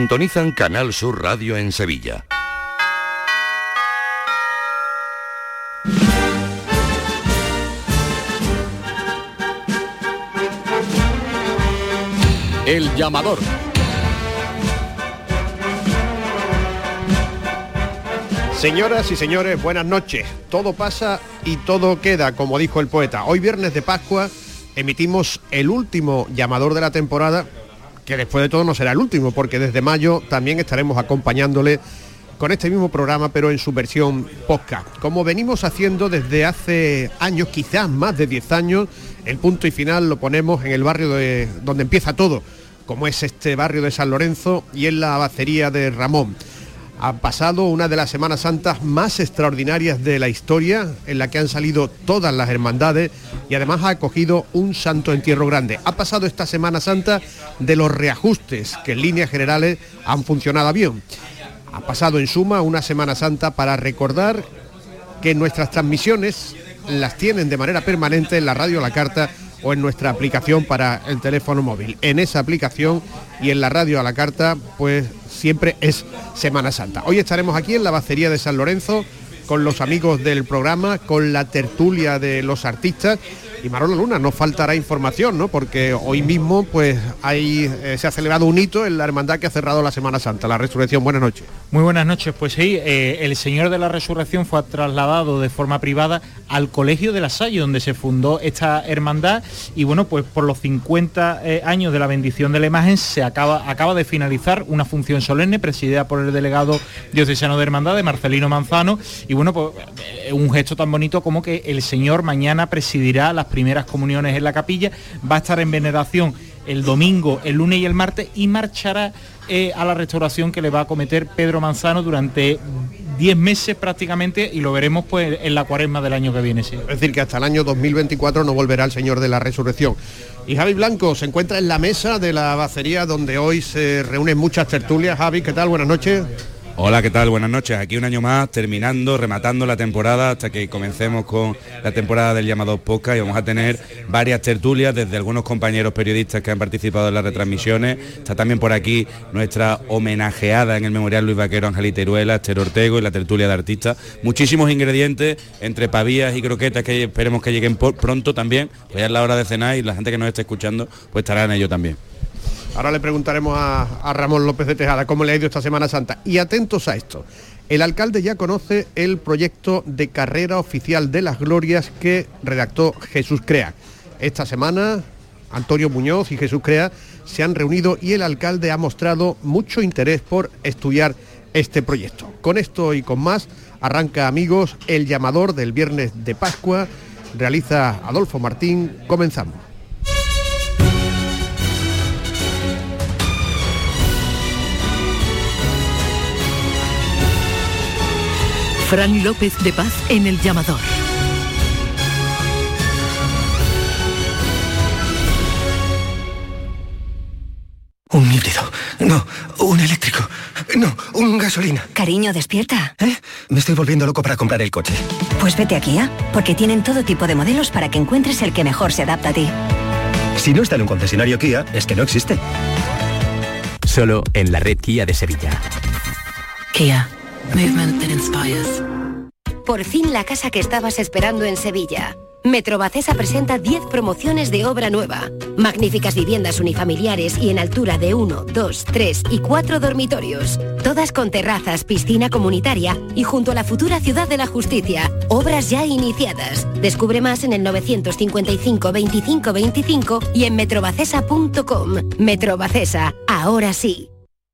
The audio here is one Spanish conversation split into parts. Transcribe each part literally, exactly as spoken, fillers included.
Sintonizan Canal Sur Radio en Sevilla. El llamador. Señoras y señores, buenas noches. Todo pasa y todo queda, como dijo el poeta. Hoy, viernes de Pascua, emitimos el último llamador de la temporada, que después de todo no será el último, porque desde mayo también estaremos acompañándole con este mismo programa, pero en su versión podcast. Como venimos haciendo desde hace años, quizás más de diez años, el punto y final lo ponemos en el barrio de donde empieza todo, como es este barrio de San Lorenzo y en la Abacería de Ramón. Ha pasado una de las Semanas Santas más extraordinarias de la historia, en la que han salido todas las hermandades y además ha acogido un santo entierro grande. Ha pasado esta Semana Santa de los reajustes que en líneas generales han funcionado bien. Ha pasado en suma una Semana Santa para recordar que nuestras transmisiones las tienen de manera permanente en la radio a la carta o en nuestra aplicación para el teléfono móvil. En esa aplicación y en la radio a la carta, pues siempre es Semana Santa. Hoy estaremos aquí en la Abacería de San Lorenzo con los amigos del programa, con la tertulia de los artistas. Y Marola Luna, nos faltará información, ¿no? Porque hoy mismo pues hay, eh, se ha celebrado un hito en la hermandad que ha cerrado la Semana Santa, la Resurrección. Buenas noches. Muy buenas noches. Pues sí, eh, el Señor de la Resurrección fue trasladado de forma privada al Colegio de la Salle, donde se fundó esta hermandad. Y bueno, pues por los cincuenta eh, años de la bendición de la imagen se acaba, acaba de finalizar una función solemne presidida por el delegado diocesano de hermandades, Marcelino Manzano. Y bueno, pues eh, un gesto tan bonito como que el Señor mañana presidirá las primeras comuniones en la capilla, va a estar en veneración el domingo, el lunes y el martes y marchará eh, a la restauración que le va a acometer Pedro Manzano durante diez meses prácticamente, y lo veremos pues en la cuaresma del año que viene. Sí. Es decir, que hasta el año dos mil veinticuatro no volverá el Señor de la Resurrección. Y Javi Blanco se encuentra en la mesa de la Abacería, donde hoy se reúnen muchas tertulias. Javi, ¿qué tal? Buenas noches. Hola, ¿qué tal? Buenas noches. Aquí un año más, terminando, rematando la temporada hasta que comencemos con la temporada del Llamador Podcast, y vamos a tener varias tertulias desde algunos compañeros periodistas que han participado en las retransmisiones. Está también por aquí nuestra homenajeada en el Memorial Luis Vaquero, Angelita Iruela, Esther Ortego, y la tertulia de artistas. Muchísimos ingredientes entre pavillas y croquetas que esperemos que lleguen por pronto también. Pues ya es la hora de cenar y la gente que nos esté escuchando pues estará en ello también. Ahora le preguntaremos a, a Ramón López de Tejada cómo le ha ido esta Semana Santa. Y atentos a esto, el alcalde ya conoce el proyecto de carrera oficial de las glorias que redactó Jesús Crea. Esta semana Antonio Muñoz y Jesús Crea se han reunido y el alcalde ha mostrado mucho interés por estudiar este proyecto. Con esto y con más arranca, amigos, el llamador del viernes de Pascua. Realiza Adolfo Martín. Comenzamos. Fran López de Paz en el llamador. Un híbrido. No, un eléctrico. No, un gasolina. Cariño, despierta. ¿Eh? Me estoy volviendo loco para comprar el coche. Pues vete a Kia, porque tienen todo tipo de modelos para que encuentres el que mejor se adapta a ti. Si no está en un concesionario Kia, es que no existe. Solo en la red Kia de Sevilla. Kia. Movement that inspires. Por fin la casa que estabas esperando en Sevilla. Metrobacesa presenta diez promociones de obra nueva. Magníficas viviendas unifamiliares y en altura de uno, dos, tres y cuatro dormitorios. Todas con terrazas, piscina comunitaria y junto a la futura Ciudad de la Justicia. Obras ya iniciadas. Descubre más en el novecientos cincuenta y cinco veinticinco veinticinco y en metrobacesa punto com. Metrobacesa, ahora sí.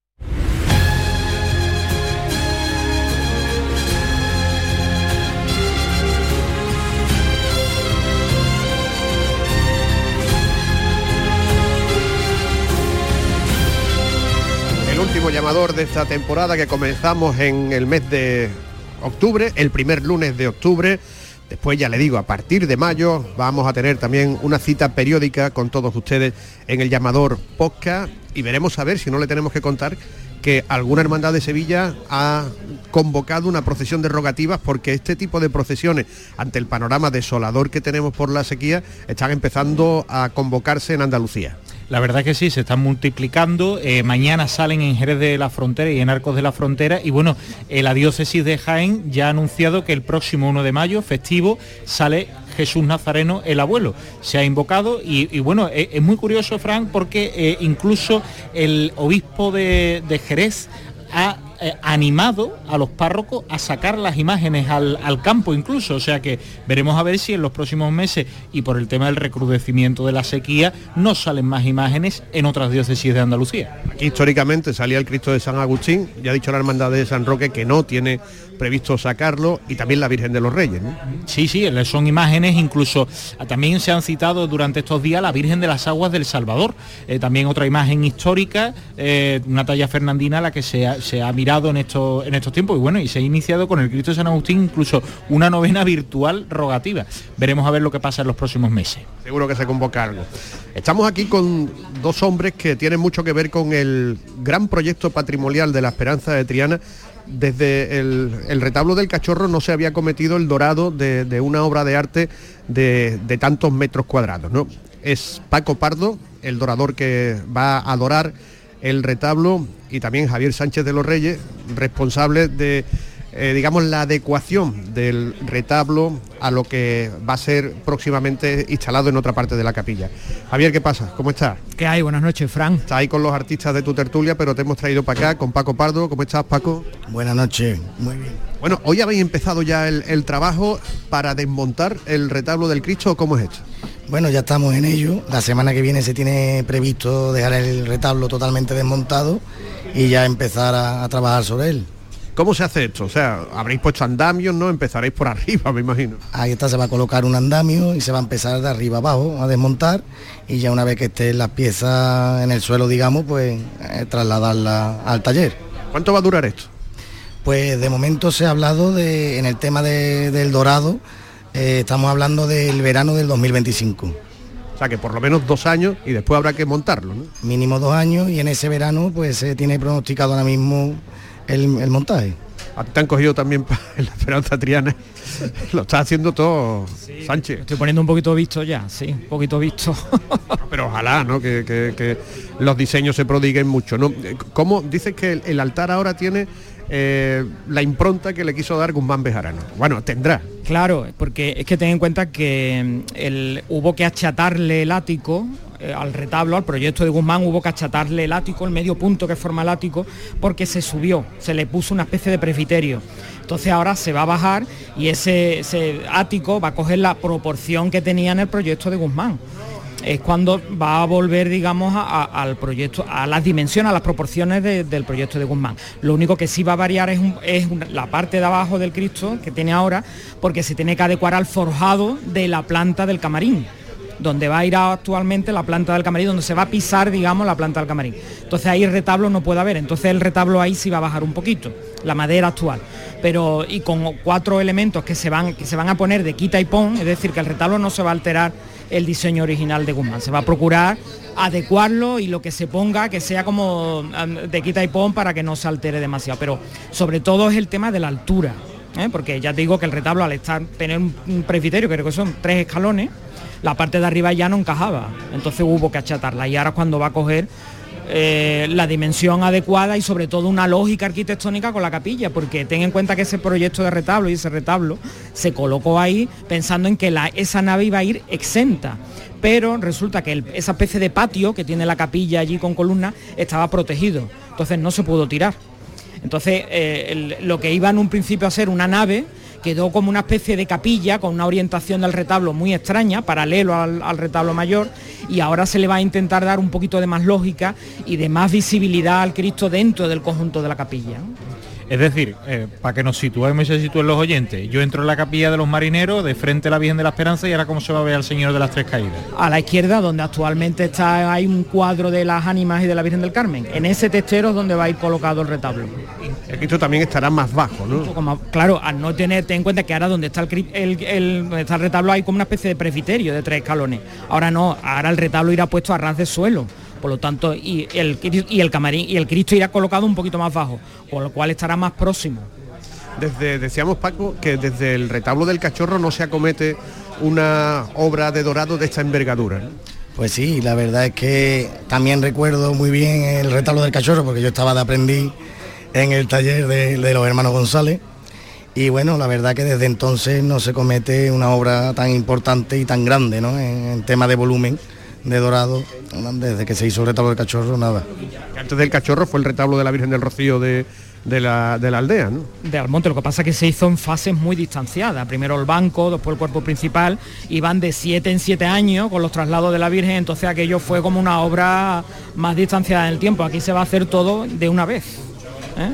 Último llamador de esta temporada, que comenzamos en el mes de octubre, el primer lunes de octubre. Después, ya le digo, a partir de mayo vamos a tener también una cita periódica con todos ustedes en el llamador podcast, y veremos a ver si no le tenemos que contar que alguna hermandad de Sevilla ha convocado una procesión de rogativas, porque este tipo de procesiones, ante el panorama desolador que tenemos por la sequía, están empezando a convocarse en Andalucía. La verdad que sí, se están multiplicando. Eh, mañana salen en Jerez de la Frontera y en Arcos de la Frontera. Y bueno, eh, la diócesis de Jaén ya ha anunciado que el próximo uno de mayo, festivo, sale Jesús Nazareno, el abuelo. Se ha invocado y, y bueno, es, es muy curioso, Fran, porque eh, incluso el obispo de, de Jerez ha eh, animado a los párrocos a sacar las imágenes al, al campo incluso, o sea que veremos a ver si en los próximos meses y por el tema del recrudecimiento de la sequía no salen más imágenes en otras diócesis de Andalucía. Aquí históricamente salía el Cristo de San Agustín, ya ha dicho la Hermandad de San Roque que no tiene previsto sacarlo, y también la Virgen de los Reyes, ¿no? Sí, sí, son imágenes, incluso también se han citado durante estos días la Virgen de las Aguas del Salvador, eh, también otra imagen histórica, eh, una talla fernandina a la que se ha, se ha mirado en estos, en estos tiempos, y bueno, y se ha iniciado con el Cristo de San Agustín incluso una novena virtual rogativa. Veremos a ver lo que pasa en los próximos meses. Seguro que se convoca algo. Estamos aquí con dos hombres que tienen mucho que ver con el gran proyecto patrimonial de la Esperanza de Triana. Desde el, el retablo del Cachorro no se había cometido el dorado de, de una obra de arte de, de tantos metros cuadrados, ¿no? Es Paco Pardo, el dorador que va a adorar el retablo, y también Javier Sánchez de los Reyes, responsable de, eh, digamos, la adecuación del retablo a lo que va a ser próximamente instalado en otra parte de la capilla. Javier, ¿qué pasa? ¿Cómo estás? ¿Qué hay? Buenas noches, Fran. Estás ahí con los artistas de tu tertulia, pero te hemos traído para acá con Paco Pardo. ¿Cómo estás, Paco? Buenas noches, muy bien. Bueno, hoy habéis empezado ya el, el trabajo para desmontar el retablo del Cristo, ¿o cómo es esto? Bueno, ya estamos en ello. La semana que viene se tiene previsto dejar el retablo totalmente desmontado y ya empezar a, a trabajar sobre él. ¿Cómo se hace esto? O sea, habréis puesto andamios, ¿no? Empezaréis por arriba, me imagino. Ahí está, se va a colocar un andamio y se va a empezar de arriba abajo a desmontar, y ya una vez que estén las piezas en el suelo, digamos, pues eh, trasladarla al taller. ¿Cuánto va a durar esto? Pues de momento se ha hablado de, en el tema de, del dorado, eh, estamos hablando del verano del dos mil veinticinco. O sea, que por lo menos dos años y después habrá que montarlo, ¿no? Mínimo dos años, y en ese verano pues se tiene pronosticado ahora mismo el, el montaje. Te han cogido también para la Esperanza Triana. Lo está haciendo todo, sí, Sánchez. Estoy poniendo un poquito visto ya, sí, un poquito visto. Pero ojalá, ¿no? Que, que, que los diseños se prodiguen mucho, ¿no? ¿Cómo dices que el, el altar ahora tiene eh, la impronta que le quiso dar Guzmán Bejarano? Bueno, tendrá. Claro, porque es que ten en cuenta que el, hubo que achatarle el ático eh, al retablo, al proyecto de Guzmán, hubo que achatarle el ático, el medio punto que forma el ático, porque se subió, se le puso una especie de presbiterio. Entonces ahora se va a bajar y ese, ese ático va a coger la proporción que tenía en el proyecto de Guzmán. Es cuando va a volver, digamos, a, a, al proyecto, a las dimensiones, a las proporciones de, del proyecto de Guzmán. Lo único que sí va a variar es, un, es una, la parte de abajo del Cristo que tiene ahora, porque se tiene que adecuar al forjado de la planta del camarín, donde va a ir actualmente la planta del camarín, donde se va a pisar, digamos, la planta del camarín. Entonces ahí el retablo no puede haber, entonces el retablo ahí sí va a bajar un poquito, la madera actual. Pero y con cuatro elementos que se van, que se van a poner de quita y pon, es decir, que el retablo no se va a alterar el diseño original de Guzmán, se va a procurar adecuarlo y lo que se ponga que sea como de quita y pon para que no se altere demasiado, pero sobre todo es el tema de la altura, ¿eh? Porque ya te digo que el retablo, al estar tener un presbiterio, creo que son tres escalones, la parte de arriba ya no encajaba, entonces hubo que achatarla, y ahora cuando va a coger eh, la dimensión adecuada y sobre todo una lógica arquitectónica con la capilla, porque ten en cuenta que ese proyecto de retablo y ese retablo se colocó ahí pensando en que la, esa nave iba a ir exenta, pero resulta que el, esa especie de patio que tiene la capilla allí con columnas estaba protegido, entonces no se pudo tirar. Entonces eh, el, lo que iba en un principio a ser una nave quedó como una especie de capilla con una orientación del retablo muy extraña, paralelo al, al retablo mayor, y ahora se le va a intentar dar un poquito de más lógica y de más visibilidad al Cristo dentro del conjunto de la capilla. Es decir, eh, para que nos situemos y se sitúen los oyentes, yo entro en la capilla de los marineros, de frente a la Virgen de la Esperanza, y ahora ¿cómo se va a ver al Señor de las Tres Caídas? A la izquierda, donde actualmente está, hay un cuadro de las ánimas y de la Virgen del Carmen. En ese testero es donde va a ir colocado el retablo. El Cristo también estará más bajo, ¿no? Como, claro, al no tener, ten en cuenta que ahora donde está el, el, el, donde está el retablo hay como una especie de presbiterio de tres escalones. Ahora no, ahora el retablo irá puesto a ras de suelo. Por lo tanto, y el, y el camarín y el Cristo irá colocado un poquito más bajo, con lo cual estará más próximo. Desde, decíamos, Paco, que desde el retablo del Cachorro no se acomete una obra de dorado de esta envergadura, ¿no? Pues sí, la verdad es que también recuerdo muy bien el retablo del cachorro, porque yo estaba de aprendiz en el taller de, de los hermanos González. Y bueno, la verdad que desde entonces no se comete una obra tan importante y tan grande, ¿no? En, en tema de volumen de dorado, desde que se hizo el retablo del cachorro, nada. Antes del cachorro fue el retablo de la Virgen del Rocío de, de, la, de la aldea, ¿no? De Almonte, lo que pasa es que se hizo en fases muy distanciadas. Primero el banco, después el cuerpo principal, y van de siete en siete años con los traslados de la Virgen, entonces aquello fue como una obra más distanciada en el tiempo. Aquí se va a hacer todo de una vez, ¿eh?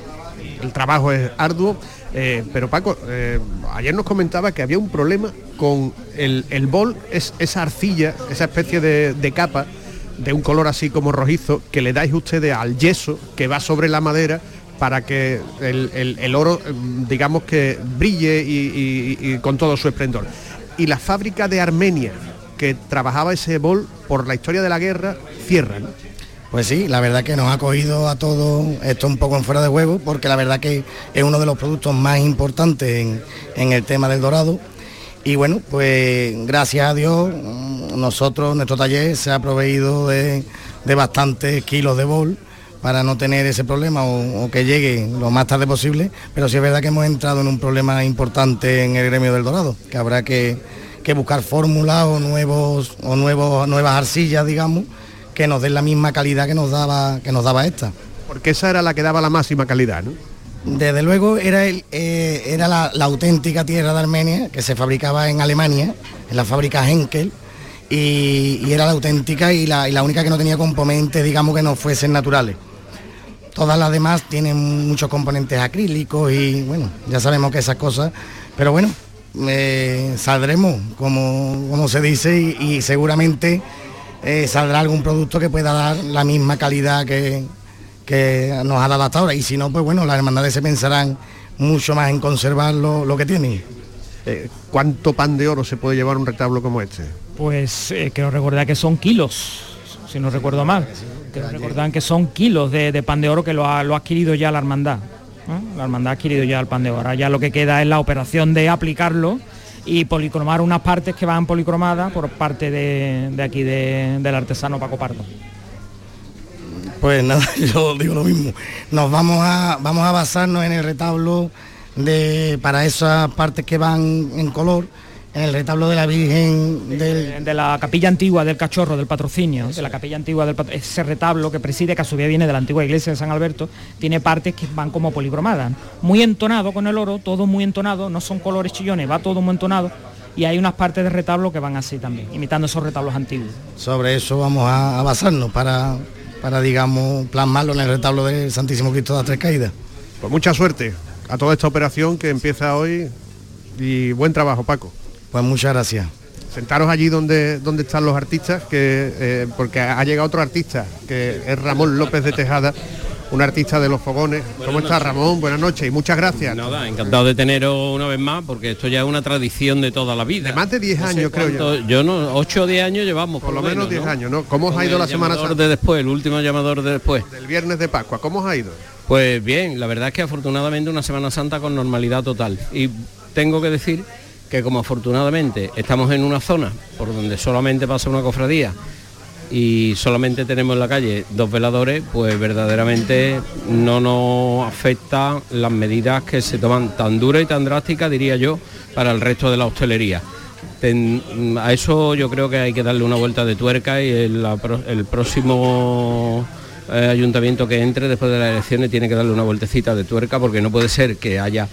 El trabajo es arduo. Eh, pero Paco, eh, ayer nos comentaba que había un problema con el, el bol, es, esa arcilla, esa especie de, de capa de un color así como rojizo que le dais ustedes al yeso que va sobre la madera para que el, el, el oro, digamos que brille y, y, y con todo su esplendor. Y la fábrica de Armenia que trabajaba ese bol, por la historia de la guerra, cierra, ¿no? Pues sí, la verdad que nos ha cogido a todos esto un poco en fuera de juego, porque la verdad que es uno de los productos más importantes en, en el tema del dorado. Y bueno, pues gracias a Dios, nosotros, nuestro taller se ha proveído de, de bastantes kilos de bol para no tener ese problema o, o que llegue lo más tarde posible, pero sí es verdad que hemos entrado en un problema importante en el gremio del dorado, que habrá que, que buscar fórmulas o nuevos o nuevos nuevas arcillas, digamos, que nos den la misma calidad que nos daba que nos daba esta. Porque esa era la que daba la máxima calidad, ¿no? Desde luego era el, eh, era la, la auténtica tierra de Armenia, que se fabricaba en Alemania, en la fábrica Henkel, y, y era la auténtica y la, y la única que no tenía componentes, digamos, que no fuesen naturales. Todas las demás tienen muchos componentes acrílicos y bueno, ya sabemos que esas cosas, pero bueno, eh, saldremos, como, como se dice, y, y seguramente Eh, saldrá algún producto que pueda dar la misma calidad que, que nos ha dado hasta ahora, y si no, pues bueno, las hermandades se pensarán mucho más en conservar lo, lo que tienen. Eh, ¿Cuánto pan de oro se puede llevar un retablo como este? Pues eh, quiero recordar que son kilos, si no recuerdo mal. Quiero recordar que son kilos de, de pan de oro que lo ha, lo ha adquirido ya la hermandad, ¿eh? La hermandad ha adquirido ya el pan de oro. Ahora ya lo que queda es la operación de aplicarlo y policromar unas partes que van policromadas por parte de, de aquí de, del artesano Paco Pardo. Pues nada, yo digo lo mismo. Nos vamos a vamos a basarnos en el retablo de para esas partes que van en color, en el retablo de la Virgen del... de, de la capilla antigua del Cachorro, del Patrocinio, de la capilla antigua del Patrocinio. Ese retablo que preside, que a su vez viene de la antigua iglesia de San Alberto, tiene partes que van como policromadas, muy entonado con el oro, todo muy entonado, no son colores chillones, va todo muy entonado, y hay unas partes de retablo que van así también, imitando esos retablos antiguos. Sobre eso vamos a, a basarnos para, para, digamos, plasmarlo en el retablo del Santísimo Cristo de las Tres Caídas. Pues mucha suerte a toda esta operación que empieza hoy y buen trabajo, Paco. Pues muchas gracias. Sentaros allí donde, donde están los artistas, que eh, porque ha llegado otro artista, que es Ramón López de Tejada, un artista de los fogones. ¿Cómo está, Ramón? Buenas noches y muchas gracias. Nada, encantado de teneros una vez más, porque esto ya es una tradición de toda la vida. De más de diez no años, creo cuánto, yo. Yo no, ocho o diez años llevamos. Por, por lo menos diez ¿no? años, ¿no? ¿Cómo os ha ido la Semana Santa? de después, el último llamador de después. Del viernes de Pascua, ¿cómo os ha ido? Pues bien, la verdad es que afortunadamente una Semana Santa con normalidad total. Y tengo que decir que como afortunadamente estamos en una zona por donde solamente pasa una cofradía y solamente tenemos en la calle dos veladores, pues verdaderamente no nos afecta las medidas que se toman tan duras y tan drásticas, diría yo, para el resto de la hostelería. Ten, a eso yo creo que hay que darle una vuelta de tuerca, y el, el próximo eh, ayuntamiento que entre después de las elecciones tiene que darle una vueltecita de tuerca, porque no puede ser que haya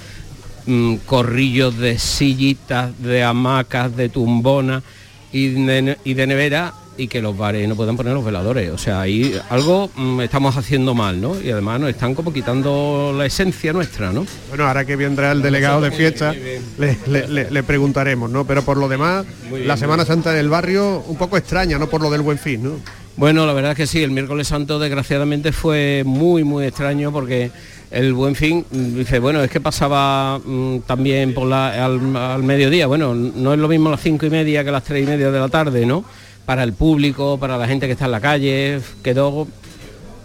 corrillos de sillitas, de hamacas, de tumbona y de, y de nevera, y que los bares no puedan poner los veladores. O sea, ahí algo mmm, estamos haciendo mal, ¿no? Y además nos están como quitando la esencia nuestra, ¿no? Bueno, ahora que vendrá el delegado de fiesta, le, le, le, le preguntaremos, ¿no? Pero por lo demás, bien, la Semana Santa en el barrio un poco extraña, ¿no? Por lo del Buen Fin, ¿no? Bueno, la verdad es que sí, el miércoles santo desgraciadamente fue muy, muy extraño, porque el Buen Fin, dice, bueno, es que pasaba mmm, también por la, al, al mediodía. Bueno, no es lo mismo las cinco y media que las tres y media de la tarde, ¿no? Para el público, para la gente que está en la calle, quedó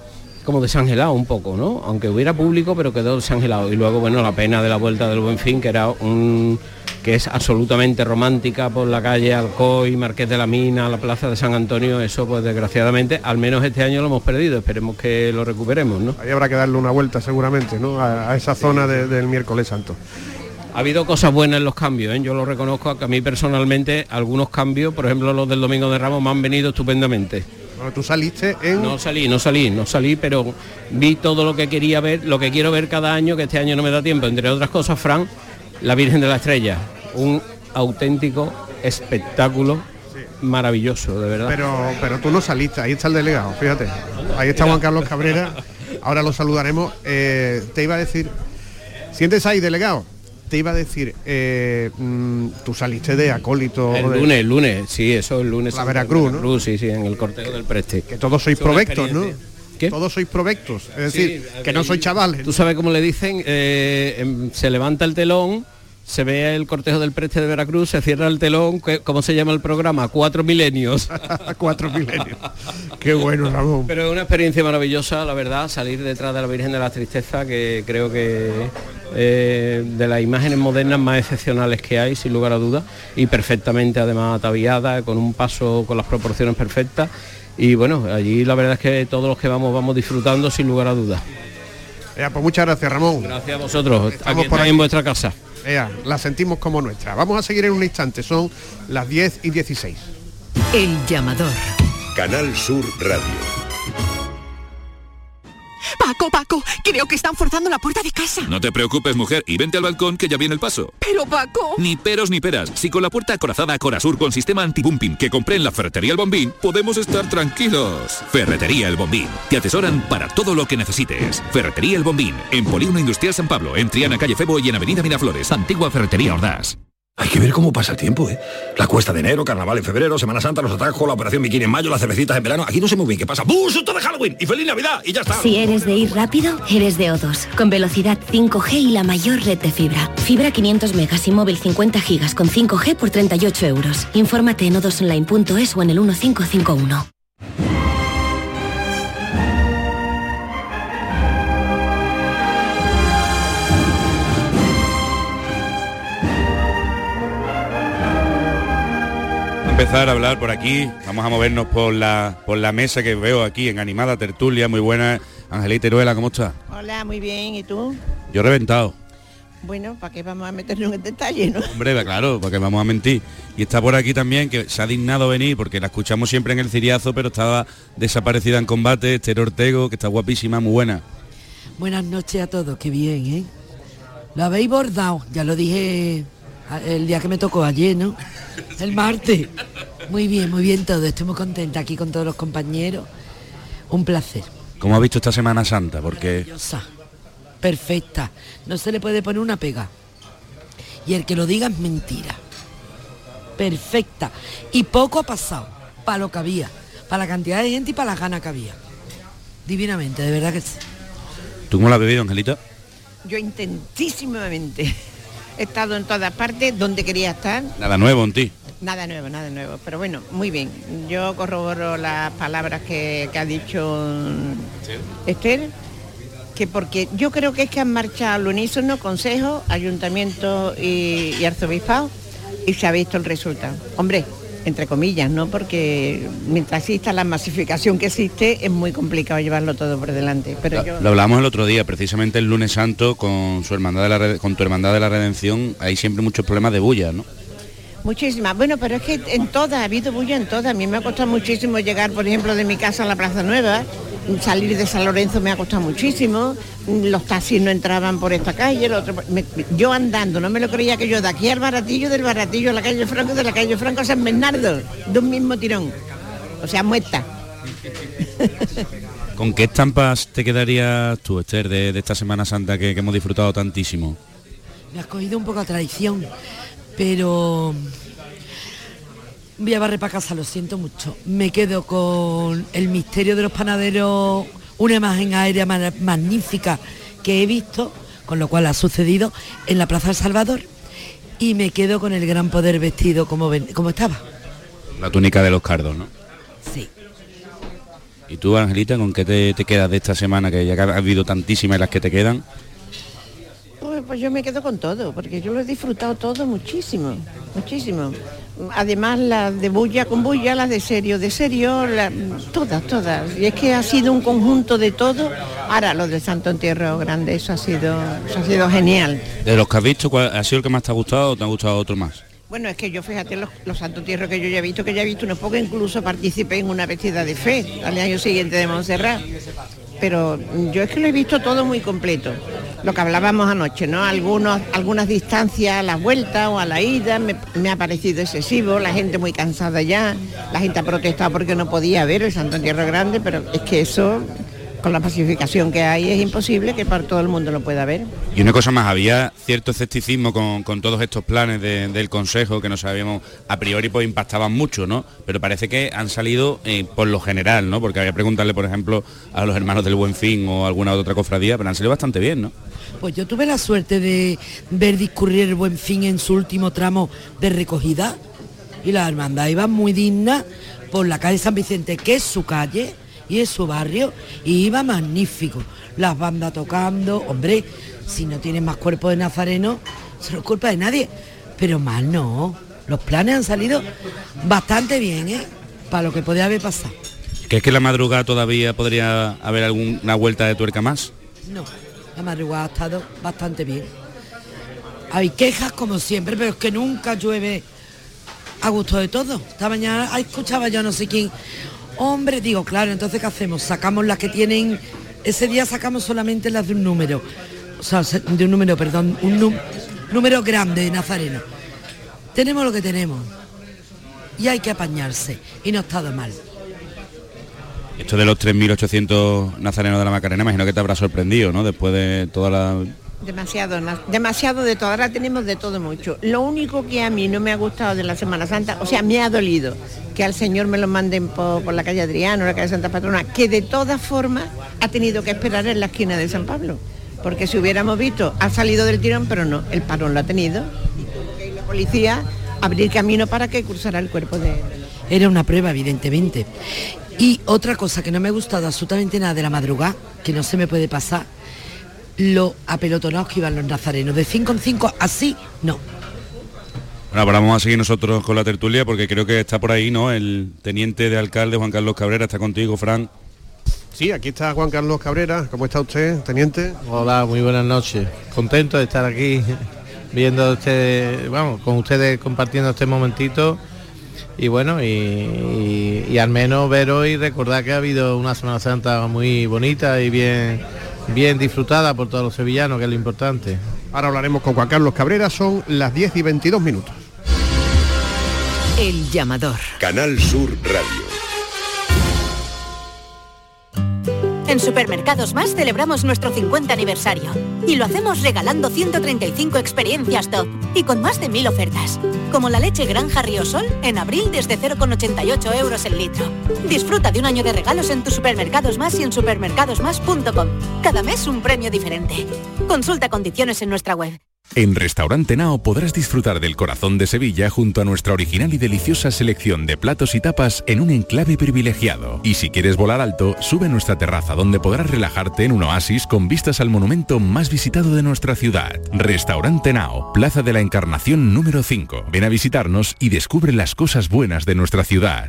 como desangelado un poco, ¿no? Aunque hubiera público, pero quedó desangelado. Y luego, bueno, la pena de la Vuelta del Buen Fin, que era un que es absolutamente romántica, por la calle Alcoy, Marqués de la Mina, la Plaza de San Antonio, eso pues desgraciadamente, al menos este año lo hemos perdido, esperemos que lo recuperemos, ¿no? Ahí habrá que darle una vuelta seguramente, ¿no? A, a esa zona de, del miércoles santo. Ha habido cosas buenas en los cambios, ¿eh? Yo lo reconozco, que a mí personalmente algunos cambios, por ejemplo los del Domingo de Ramos, me han venido estupendamente. Bueno, tú saliste en... No salí, no salí, no salí, pero vi todo lo que quería ver, lo que quiero ver cada año, que este año no me da tiempo, entre otras cosas, Fran, la Virgen de la Estrella, un auténtico espectáculo maravilloso, de verdad. Pero, pero tú no saliste, ahí está el delegado, fíjate, ahí está Juan Carlos Cabrera, ahora lo saludaremos. Eh, te iba a decir, siéntese ahí, delegado. Te iba a decir, eh, mmm, tú saliste de acólito... El de... lunes, el lunes, sí, eso el lunes. La Veracruz, ¿no? Veracruz, sí, sí, en el cortejo del Preste. Que todos sois provectos, ¿no? ¿Qué? Todos sois provectos, es decir, sí, que no sois chavales. Tú sabes cómo le dicen, eh, em, se levanta el telón, se ve el cortejo del Preste de Veracruz, se cierra el telón, ¿cómo se llama el programa? Cuatro milenios. Cuatro milenios. Qué bueno, Ramón. Pero es una experiencia maravillosa, la verdad, salir detrás de la Virgen de la Tristeza, que creo que eh, de las imágenes modernas más excepcionales que hay, sin lugar a dudas, y perfectamente además ataviada, con un paso con las proporciones perfectas. Y bueno, allí la verdad es que todos los que vamos vamos disfrutando sin lugar a dudas. Ya, pues muchas gracias, Ramón. Gracias a vosotros. Estamos aquí por ahí en vuestra casa. Ea, la sentimos como nuestra. Vamos a seguir en un instante, son las diez y dieciséis. El llamador. Canal Sur Radio. Paco, Paco, creo que están forzando la puerta de casa. No te preocupes, mujer, y vente al balcón que ya viene el paso. Pero, Paco... Ni peros ni peras. Si con la puerta acorazada Corasur con sistema anti-bumping que compré en la Ferretería El Bombín, podemos estar tranquilos. Ferretería El Bombín. Te atesoran para todo lo que necesites. Ferretería El Bombín. En Polígono Industrial San Pablo, en Triana, calle Febo y en Avenida Miraflores. Antigua Ferretería Ordaz. Hay que ver cómo pasa el tiempo, ¿eh? La cuesta de enero, carnaval en febrero, Semana Santa, los atajos, la operación bikini en mayo, las cervecitas en verano. Aquí no sé muy bien qué pasa. ¡Bú! ¡Susto de Halloween! ¡Y feliz Navidad! Y ya está. Si eres de ir rápido, eres de O dos. Con velocidad cinco G y la mayor red de fibra. Fibra quinientos megas y móvil cincuenta gigas con cinco G por treinta y ocho euros. Infórmate en o dos online punto es o en el uno cinco cinco uno. Empezar a hablar por aquí, vamos a movernos por la por la mesa que veo aquí en animada tertulia, muy buena. Angelita Iruela, ¿cómo estás? Hola, muy bien, ¿y tú? Yo reventado. Bueno, ¿para qué vamos a meternos en el detalle, no? Hombre, claro, porque vamos a mentir. Y está por aquí también, que se ha dignado venir, porque la escuchamos siempre en el Ciriazo, pero estaba desaparecida en combate, Esther Ortego, que está guapísima, muy buena. Buenas noches a todos, qué bien, ¿eh? Lo habéis bordado, ya lo dije el día que me tocó ayer, ¿no? El martes. Muy bien, muy bien todo. Estoy muy contenta aquí con todos los compañeros. Un placer. ¿Cómo ha visto esta Semana Santa? Porque... Maravillosa, perfecta. No se le puede poner una pega. Y el que lo diga es mentira. Perfecta. Y poco ha pasado. Para lo que había. Para la cantidad de gente y para las ganas que había. Divinamente, de verdad que sí. ¿Tú cómo la has vivido, Angelita? Yo intentísimamente. He estado en todas partes donde quería estar. Nada nuevo en ti. Nada nuevo, nada nuevo. Pero bueno, muy bien. Yo corroboro las palabras que, que ha dicho Esther, que porque yo creo que es que han marchado al unísono consejo, ayuntamiento y, y arzobispado, y se ha visto el resultado. Hombre, entre comillas, ¿no? Porque mientras exista la masificación que existe, es muy complicado llevarlo todo por delante. Pero lo, yo... lo hablamos el otro día, precisamente el lunes santo, con su hermandad de la con tu hermandad de la Redención, hay siempre muchos problemas de bulla, ¿no? Muchísimas. Bueno, pero es que en todas, ha habido bulla en todas. A mí me ha costado muchísimo llegar, por ejemplo, de mi casa a la Plaza Nueva. Salir de San Lorenzo me ha costado muchísimo. Los taxis no entraban por esta calle. El otro, me, yo andando, no me lo creía que yo de aquí al Baratillo, del Baratillo a la calle Franco, de la calle Franco a San Bernardo, de un mismo tirón. O sea, muerta. ¿Con qué estampas te quedarías tú, Esther, de, de esta Semana Santa que, que hemos disfrutado tantísimo? Me has cogido un poco a traición, pero voy a barrer para casa, lo siento mucho. Me quedo con el misterio de los panaderos, una imagen aérea magnífica que he visto, con lo cual ha sucedido en la Plaza del Salvador, y me quedo con el gran poder vestido como, ven, como estaba. La túnica de los cardos, ¿no? Sí. ¿Y tú, Angelita, con qué te, te quedas de esta semana, que ya ha habido tantísimas las que te quedan? Pues, pues yo me quedo con todo, porque yo lo he disfrutado todo muchísimo, muchísimo. Además las de bulla con bulla, las de serio de serio, la, todas, todas. Y es que ha sido un conjunto de todo. Ahora lo del Santo Entierro Grande, eso ha sido, eso ha sido genial. De los que has visto, ¿cuál ha sido el que más te ha gustado o te ha gustado otro más? Bueno, es que yo, fíjate, los, los Santo Entierros que yo ya he visto, que ya he visto unos pocos, incluso participé en una vestida de fe al año siguiente de Montserrat. Pero yo es que lo he visto todo muy completo. Lo que hablábamos anoche, ¿no? Algunos, algunas distancias a la vuelta o a la ida me, me ha parecido excesivo, la gente muy cansada ya, la gente ha protestado porque no podía ver el Santo Entierro Grande, pero es que eso, con la pacificación que hay, es imposible que para todo el mundo lo pueda ver. Y una cosa más, había cierto escepticismo con, con todos estos planes de, del Consejo que no sabíamos, a priori pues impactaban mucho, ¿no? Pero parece que han salido eh, por lo general, ¿no? Porque había que preguntarle, por ejemplo, a los hermanos del Buen Fin o alguna otra cofradía, pero han salido bastante bien, ¿no? Pues yo tuve la suerte de ver discurrir el Buen Fin en su último tramo de recogida y la hermandad iba muy digna por la calle San Vicente, que es su calle y es su barrio, y iba magnífico. Las bandas tocando, hombre, si no tienes más cuerpo de nazareno, eso no es culpa de nadie, pero mal no. Los planes han salido bastante bien, ¿eh? Para lo que podía haber pasado. ¿Crees que la madrugada todavía podría haber alguna vuelta de tuerca más? No. La madrugada ha estado bastante bien. Hay quejas como siempre, pero es que nunca llueve a gusto de todo. Esta mañana escuchaba yo no sé quién. Hombre, digo, claro, entonces ¿qué hacemos? Sacamos las que tienen... Ese día sacamos solamente las de un número. O sea, de un número, perdón, un nú- número grande de nazareno. Tenemos lo que tenemos. Y hay que apañarse. Y no ha estado mal. Esto de los tres mil ochocientos nazarenos de la Macarena, imagino que te habrá sorprendido, ¿no? Después de toda la... Demasiado, demasiado de todo, ahora tenemos de todo mucho. Lo único que a mí no me ha gustado de la Semana Santa, o sea, me ha dolido que al señor me lo manden por, por la calle Adriano, la calle Santa Patrona, que de todas formas ha tenido que esperar en la esquina de San Pablo, porque si hubiéramos visto, ha salido del tirón, pero no, el parón lo ha tenido, y tuvo que ir la policía a abrir camino para que cruzara el cuerpo de... Era una prueba, evidentemente. Y otra cosa que no me ha gustado absolutamente nada de la madrugada, que no se me puede pasar, lo apelotonados que iban los nazarenos, de cinco en cinco, así, no. Bueno, ahora vamos a seguir nosotros con la tertulia, porque creo que está por ahí, ¿no? El teniente de alcalde, Juan Carlos Cabrera, está contigo, Fran. Sí, aquí está Juan Carlos Cabrera. ¿Cómo está usted, teniente? Hola, muy buenas noches. Contento de estar aquí, viendo ustedes, vamos, con ustedes compartiendo este momentito. Y bueno, y, y, y al menos ver hoy, recordar que ha habido una Semana Santa muy bonita y bien, bien disfrutada por todos los sevillanos, que es lo importante. Ahora hablaremos con Juan Carlos Cabrera, son las diez y veintidós minutos. El llamador. Canal Sur Radio. En Supermercados Más celebramos nuestro cincuenta aniversario y lo hacemos regalando ciento treinta y cinco experiencias top y con más de mil ofertas, como la leche Granja Riosol en abril desde cero coma ochenta y ocho euros el litro. Disfruta de un año de regalos en tus Supermercados Más y en supermercados más punto com. Cada mes un premio diferente. Consulta condiciones en nuestra web. En Restaurante Nao podrás disfrutar del corazón de Sevilla junto a nuestra original y deliciosa selección de platos y tapas en un enclave privilegiado. Y si quieres volar alto, sube a nuestra terraza donde podrás relajarte en un oasis con vistas al monumento más visitado de nuestra ciudad. Restaurante Nao, Plaza de la Encarnación número cinco. Ven a visitarnos y descubre las cosas buenas de nuestra ciudad.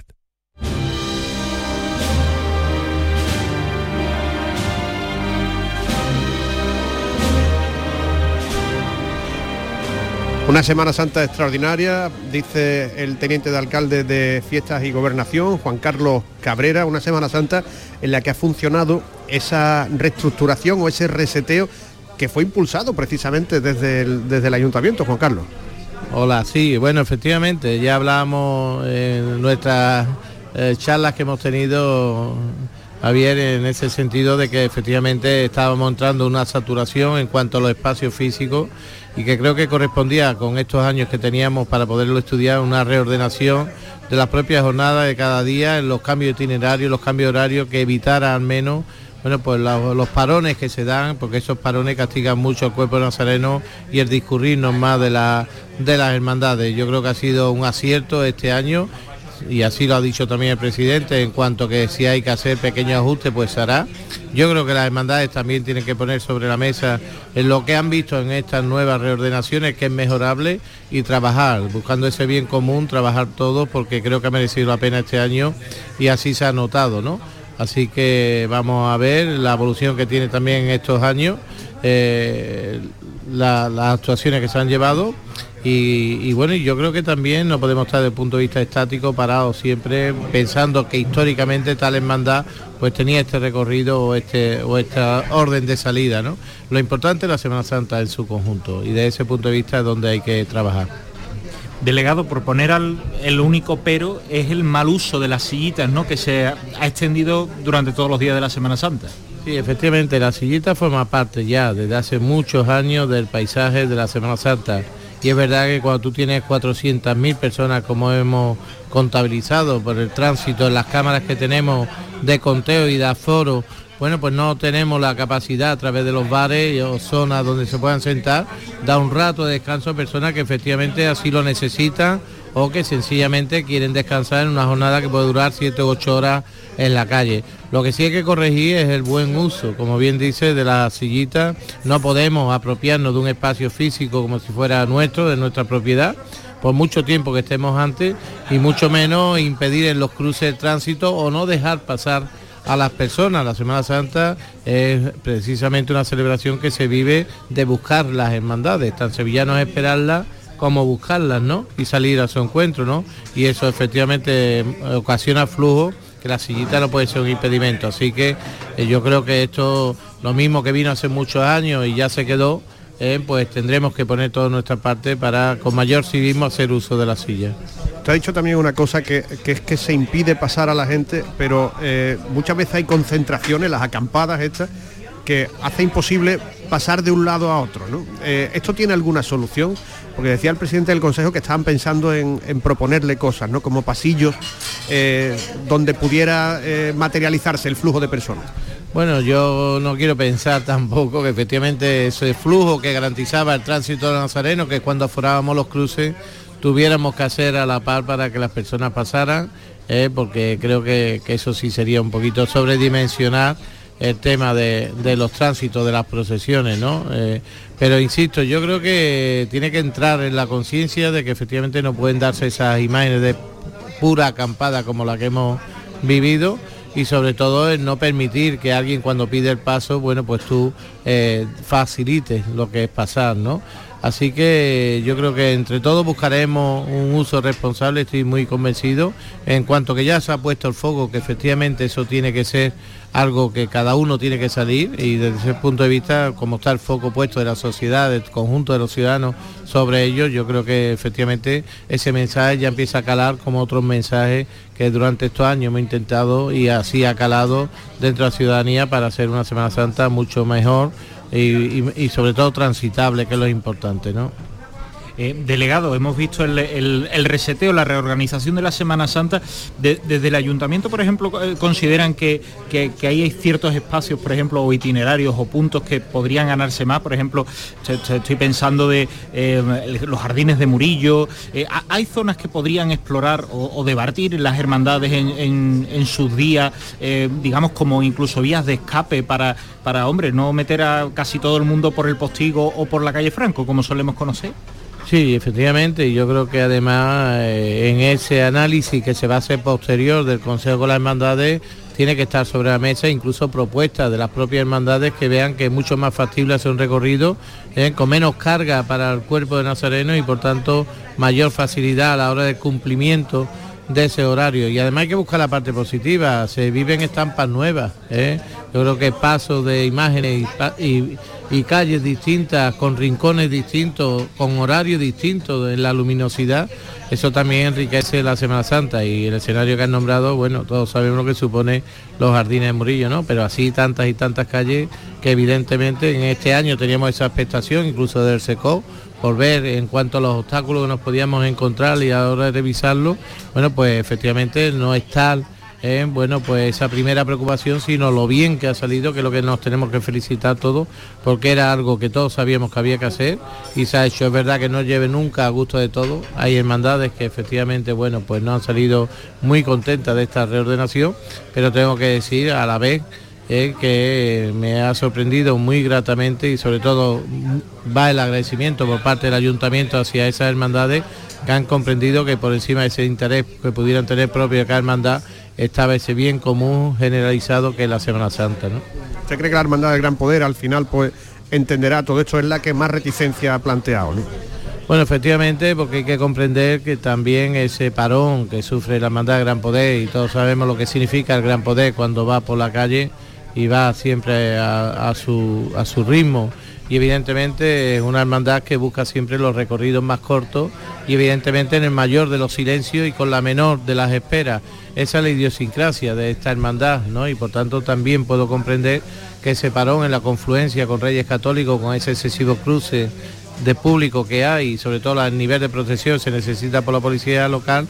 Una Semana Santa extraordinaria, dice el teniente de alcalde de Fiestas y Gobernación, Juan Carlos Cabrera, una Semana Santa en la que ha funcionado esa reestructuración o ese reseteo que fue impulsado precisamente desde el, desde el Ayuntamiento, Juan Carlos. Hola, sí, bueno, efectivamente, ya hablábamos en nuestras eh, charlas que hemos tenido, Javier, en ese sentido de que efectivamente estábamos entrando una saturación en cuanto a los espacios físicos y que creo que correspondía con estos años que teníamos para poderlo estudiar una reordenación de las propias jornadas de cada día, en los cambios de itinerario, los cambios de horario, que evitara al menos, bueno, pues los, los parones que se dan, porque esos parones castigan mucho al cuerpo nazareno y el discurrirnos más de, la, de las hermandades. Yo creo que ha sido un acierto este año. y así lo ha dicho también el presidente, en cuanto que si hay que hacer pequeños ajustes, pues se hará. Yo creo que las hermandades también tienen que poner sobre la mesa en lo que han visto en estas nuevas reordenaciones, que es mejorable, y trabajar, buscando ese bien común, trabajar todos, porque creo que ha merecido la pena este año y así se ha notado, ¿no? Así que vamos a ver la evolución que tiene también en estos años, eh, la, las actuaciones que se han llevado. Y, y bueno, yo creo que también no podemos estar desde el punto de vista estático parados siempre pensando que históricamente tal hermandad pues tenía este recorrido o este o esta orden de salida, ¿no? Lo importante es la Semana Santa en su conjunto, y de ese punto de vista es donde hay que trabajar. Delegado, por poner al, el único pero es el mal uso de las sillitas, ¿no?, que se ha extendido durante todos los días de la Semana Santa. Sí, efectivamente, la sillita forma parte ya desde hace muchos años del paisaje de la Semana Santa. Y es verdad que cuando tú tienes cuatrocientas mil personas, como hemos contabilizado por el tránsito en las cámaras que tenemos de conteo y de aforo, bueno, pues no tenemos la capacidad a través de los bares o zonas donde se puedan sentar, da un rato de descanso a personas que efectivamente así lo necesitan o que sencillamente quieren descansar en una jornada que puede durar siete u ocho horas en la calle. Lo que sí hay que corregir es el buen uso, como bien dice, de las sillitas. No podemos apropiarnos de un espacio físico como si fuera nuestro, de nuestra propiedad, por mucho tiempo que estemos antes, y mucho menos impedir en los cruces de tránsito o no dejar pasar a las personas. La Semana Santa es precisamente una celebración que se vive de buscar las hermandades, tan sevillanos esperarlas como buscarlas, ¿no? Y salir a su encuentro, ¿no? Y eso efectivamente ocasiona flujo, que la sillita no puede ser un impedimento. Así que eh, yo creo que esto, lo mismo que vino hace muchos años y ya se quedó, eh, pues tendremos que poner toda nuestra parte para con mayor civismo hacer uso de la silla. Te ha dicho también una cosa que, que es que se impide pasar a la gente, pero eh, muchas veces hay concentraciones, las acampadas estas, que hace imposible pasar de un lado a otro, ¿no? Eh, ¿Esto tiene alguna solución? Porque decía el presidente del Consejo que estaban pensando en, en proponerle cosas, ¿no?, como pasillos eh, donde pudiera eh, materializarse el flujo de personas. Bueno, yo no quiero pensar tampoco que efectivamente ese flujo que garantizaba el tránsito de Nazareno, que cuando aforábamos los cruces tuviéramos que hacer a la par para que las personas pasaran, eh, porque creo que, que eso sí sería un poquito sobredimensionar el tema de, de los tránsitos de las procesiones, ¿no? Eh, pero insisto, yo creo que tiene que entrar en la conciencia de que efectivamente no pueden darse esas imágenes de pura acampada como la que hemos vivido, y sobre todo el no permitir que alguien cuando pide el paso, bueno, pues tú eh, facilites lo que es pasar, ¿no? Así que yo creo que entre todos buscaremos un uso responsable, estoy muy convencido, en cuanto que ya se ha puesto el foco, que efectivamente eso tiene que ser algo que cada uno tiene que salir, y desde ese punto de vista, como está el foco puesto de la sociedad, del conjunto de los ciudadanos sobre ello, yo creo que efectivamente ese mensaje ya empieza a calar como otros mensajes que durante estos años hemos intentado y así ha calado dentro de la ciudadanía para hacer una Semana Santa mucho mejor y, y, y sobre todo transitable, que es lo importante, ¿no? Eh, delegado, hemos visto el, el, el reseteo, la reorganización de la Semana Santa. De, desde el Ayuntamiento, por ejemplo, eh, consideran que, que, que hay ciertos espacios, por ejemplo, o itinerarios o puntos que podrían ganarse más. Por ejemplo, estoy pensando de eh, los jardines de Murillo. Eh, ¿Hay zonas que podrían explorar o, o debatir las hermandades en, en, en sus días, eh, digamos, como incluso vías de escape para, para, hombre, no meter a casi todo el mundo por el Postigo o por la calle Franco, como solemos conocer? Sí, efectivamente, y yo creo que además eh, en ese análisis que se va a hacer posterior del Consejo de las Hermandades tiene que estar sobre la mesa incluso propuestas de las propias hermandades que vean que es mucho más factible hacer un recorrido eh, con menos carga para el cuerpo de Nazareno y por tanto mayor facilidad a la hora del cumplimiento de ese horario. Y además hay que buscar la parte positiva, se viven estampas nuevas, ¿eh? Yo creo que pasos de imágenes y, y, y calles distintas, con rincones distintos, con horarios distintos en la luminosidad, eso también enriquece la Semana Santa. Y el escenario que han nombrado, bueno, todos sabemos lo que supone los jardines de Murillo, ¿no? Pero así tantas y tantas calles que evidentemente en este año teníamos esa expectación, incluso del SECO, por ver en cuanto a los obstáculos que nos podíamos encontrar y a la hora de revisarlo, bueno, pues efectivamente no es tal eh, bueno, pues esa primera preocupación, sino lo bien que ha salido, que es lo que nos tenemos que felicitar todos, porque era algo que todos sabíamos que había que hacer y se ha hecho. Es verdad que no lleve nunca a gusto de todo. Hay hermandades que efectivamente, bueno, pues no han salido muy contentas de esta reordenación, pero tengo que decir a la vez eh, que me ha sorprendido muy gratamente, y sobre todo va el agradecimiento por parte del ayuntamiento hacia esas hermandades que han comprendido que por encima de ese interés que pudieran tener propio de cada hermandad estaba ese bien común generalizado que es la Semana Santa, ¿no? ¿Usted cree que la Hermandad del Gran Poder al final pues entenderá todo esto? Es la que más reticencia ha planteado, ¿no? Bueno, efectivamente, porque hay que comprender que también ese parón que sufre la Hermandad del Gran Poder, y todos sabemos lo que significa el Gran Poder cuando va por la calle y va siempre a, a, su, a su ritmo, y evidentemente es una hermandad que busca siempre los recorridos más cortos y evidentemente en el mayor de los silencios y con la menor de las esperas. Esa es la idiosincrasia de esta hermandad, ¿no? Y por tanto también puedo comprender que ese parón en la confluencia con Reyes Católicos, con ese excesivo cruce de público que hay, y sobre todo el nivel de protección se necesita por la policía local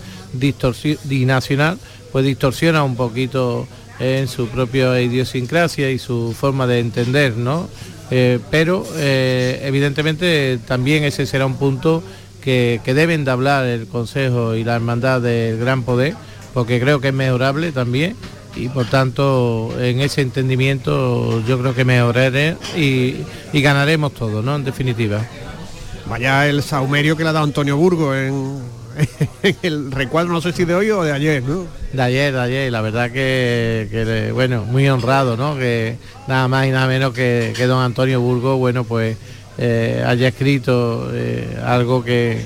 y nacional, pues distorsiona un poquito en su propia idiosincrasia y su forma de entender, ¿no? Eh, pero eh, evidentemente también ese será un punto que, que deben de hablar el Consejo y la Hermandad del Gran Poder, porque creo que es mejorable también, y por tanto en ese entendimiento yo creo que mejoraré y, y ganaremos todo, ¿no? En definitiva. Vaya el saumerio que le ha dado Antonio Burgos en, en el recuadro, no sé si de hoy o de ayer, ¿no? De ayer, de ayer, la verdad que, que bueno, muy honrado, ¿no? Que nada más y nada menos que, que don Antonio Burgos, bueno, pues eh, haya escrito eh, algo que,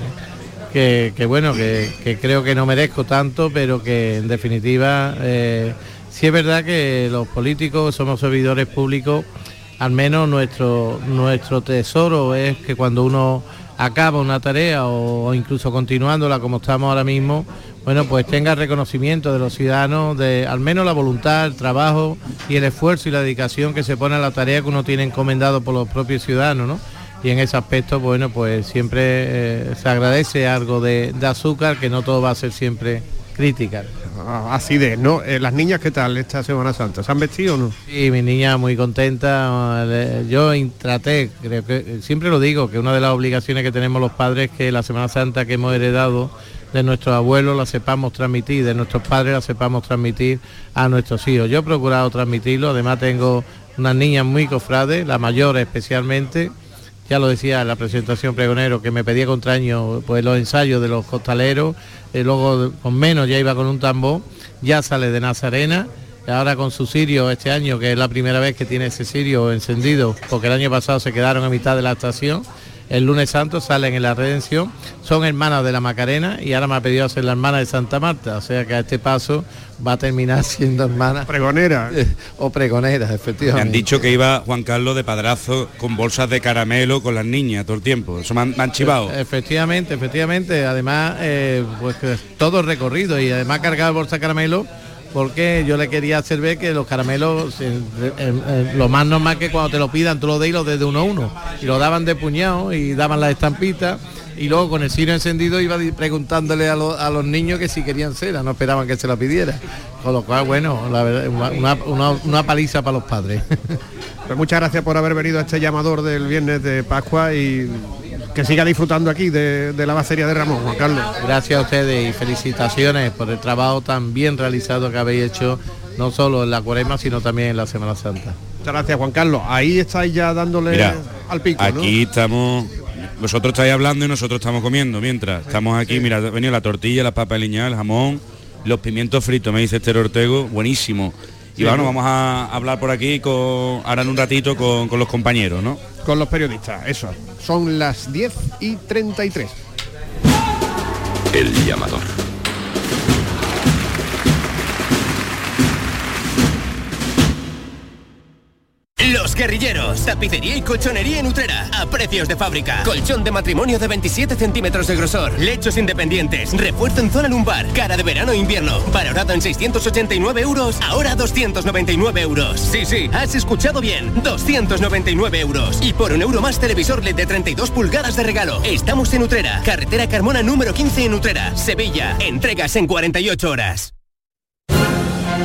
que, que bueno, que, que creo que no merezco tanto, pero que en definitiva eh, sí es verdad que los políticos somos servidores públicos. Al menos nuestro, nuestro tesoro es que cuando uno acaba una tarea o, o incluso continuándola como estamos ahora mismo, bueno, pues tenga reconocimiento de los ciudadanos, de al menos la voluntad, el trabajo y el esfuerzo y la dedicación que se pone a la tarea que uno tiene encomendado por los propios ciudadanos, ¿no? Y en ese aspecto, bueno, pues siempre eh, se agradece algo de, de azúcar, que no todo va a ser siempre crítica. Así de, ¿no? Eh, las niñas, ¿qué tal esta Semana Santa? ¿Se han vestido o no? Sí, mi niña muy contenta. Yo traté, creo que siempre lo digo, que una de las obligaciones que tenemos los padres es que la Semana Santa que hemos heredado de nuestros abuelos la sepamos transmitir, de nuestros padres la sepamos transmitir a nuestros hijos. Yo he procurado transmitirlo, además tengo unas niñas muy cofrades, la mayor especialmente. Ya lo decía en la presentación pregonero, que me pedía contraño pues los ensayos de los costaleros, y luego con menos ya iba con un tambor, ya sale de Nazarena, y ahora con su cirio este año, que es la primera vez que tiene ese cirio encendido, porque el año pasado se quedaron a mitad de la estación. El lunes santo salen en la Redención, son hermanas de la Macarena y ahora me ha pedido ser la hermana de Santa Marta, o sea que a este paso va a terminar siendo hermana pregonera o pregonera, efectivamente. Me han dicho que iba Juan Carlos de padrazo con bolsas de caramelo con las niñas todo el tiempo, eso me han, me han chivado. Efectivamente, efectivamente, además eh, pues todo el recorrido y además cargado bolsa de caramelo, porque yo le quería hacer ver que los caramelos, eh, eh, eh, lo más normal que cuando te lo pidan tú lo des y lo des de uno a uno, y lo daban de puñado y daban las estampitas, y luego con el cirio encendido iba preguntándole a, lo, a los niños que si querían cera, no esperaban que se la pidiera, con lo cual bueno, la verdad, una, una, una paliza para los padres. Pues muchas gracias por haber venido a este llamador del viernes de Pascua y que siga disfrutando aquí de, de la Bacería de Ramón, Juan Carlos. Gracias a ustedes y felicitaciones por el trabajo tan bien realizado que habéis hecho, no solo en la Cuaresma, sino también en la Semana Santa. Muchas gracias, Juan Carlos. Ahí estáis ya dándole Mira, al pico, aquí ¿no? Estamos, vosotros estáis hablando y nosotros estamos comiendo, mientras estamos aquí, sí. Mira, ha venido la tortilla, la papa aliñada, el jamón, los pimientos fritos, me dice Esther Ortego, buenísimo. Y sí, bueno, vamos a hablar por aquí con, ahora en un ratito con, con los compañeros, ¿no? Con los periodistas, eso. Son las diez y treinta y tres. El llamador. Los Guerrilleros, tapicería y colchonería en Utrera, a precios de fábrica. Colchón de matrimonio de veintisiete centímetros de grosor, lechos independientes, refuerzo en zona lumbar, cara de verano e invierno, valorado en seiscientos ochenta y nueve euros, ahora doscientos noventa y nueve euros. Sí, sí, has escuchado bien, doscientos noventa y nueve euros. Y por un euro más televisor L E D de treinta y dos pulgadas de regalo. Estamos en Utrera, carretera Carmona número quince en Utrera, Sevilla. Entregas en cuarenta y ocho horas.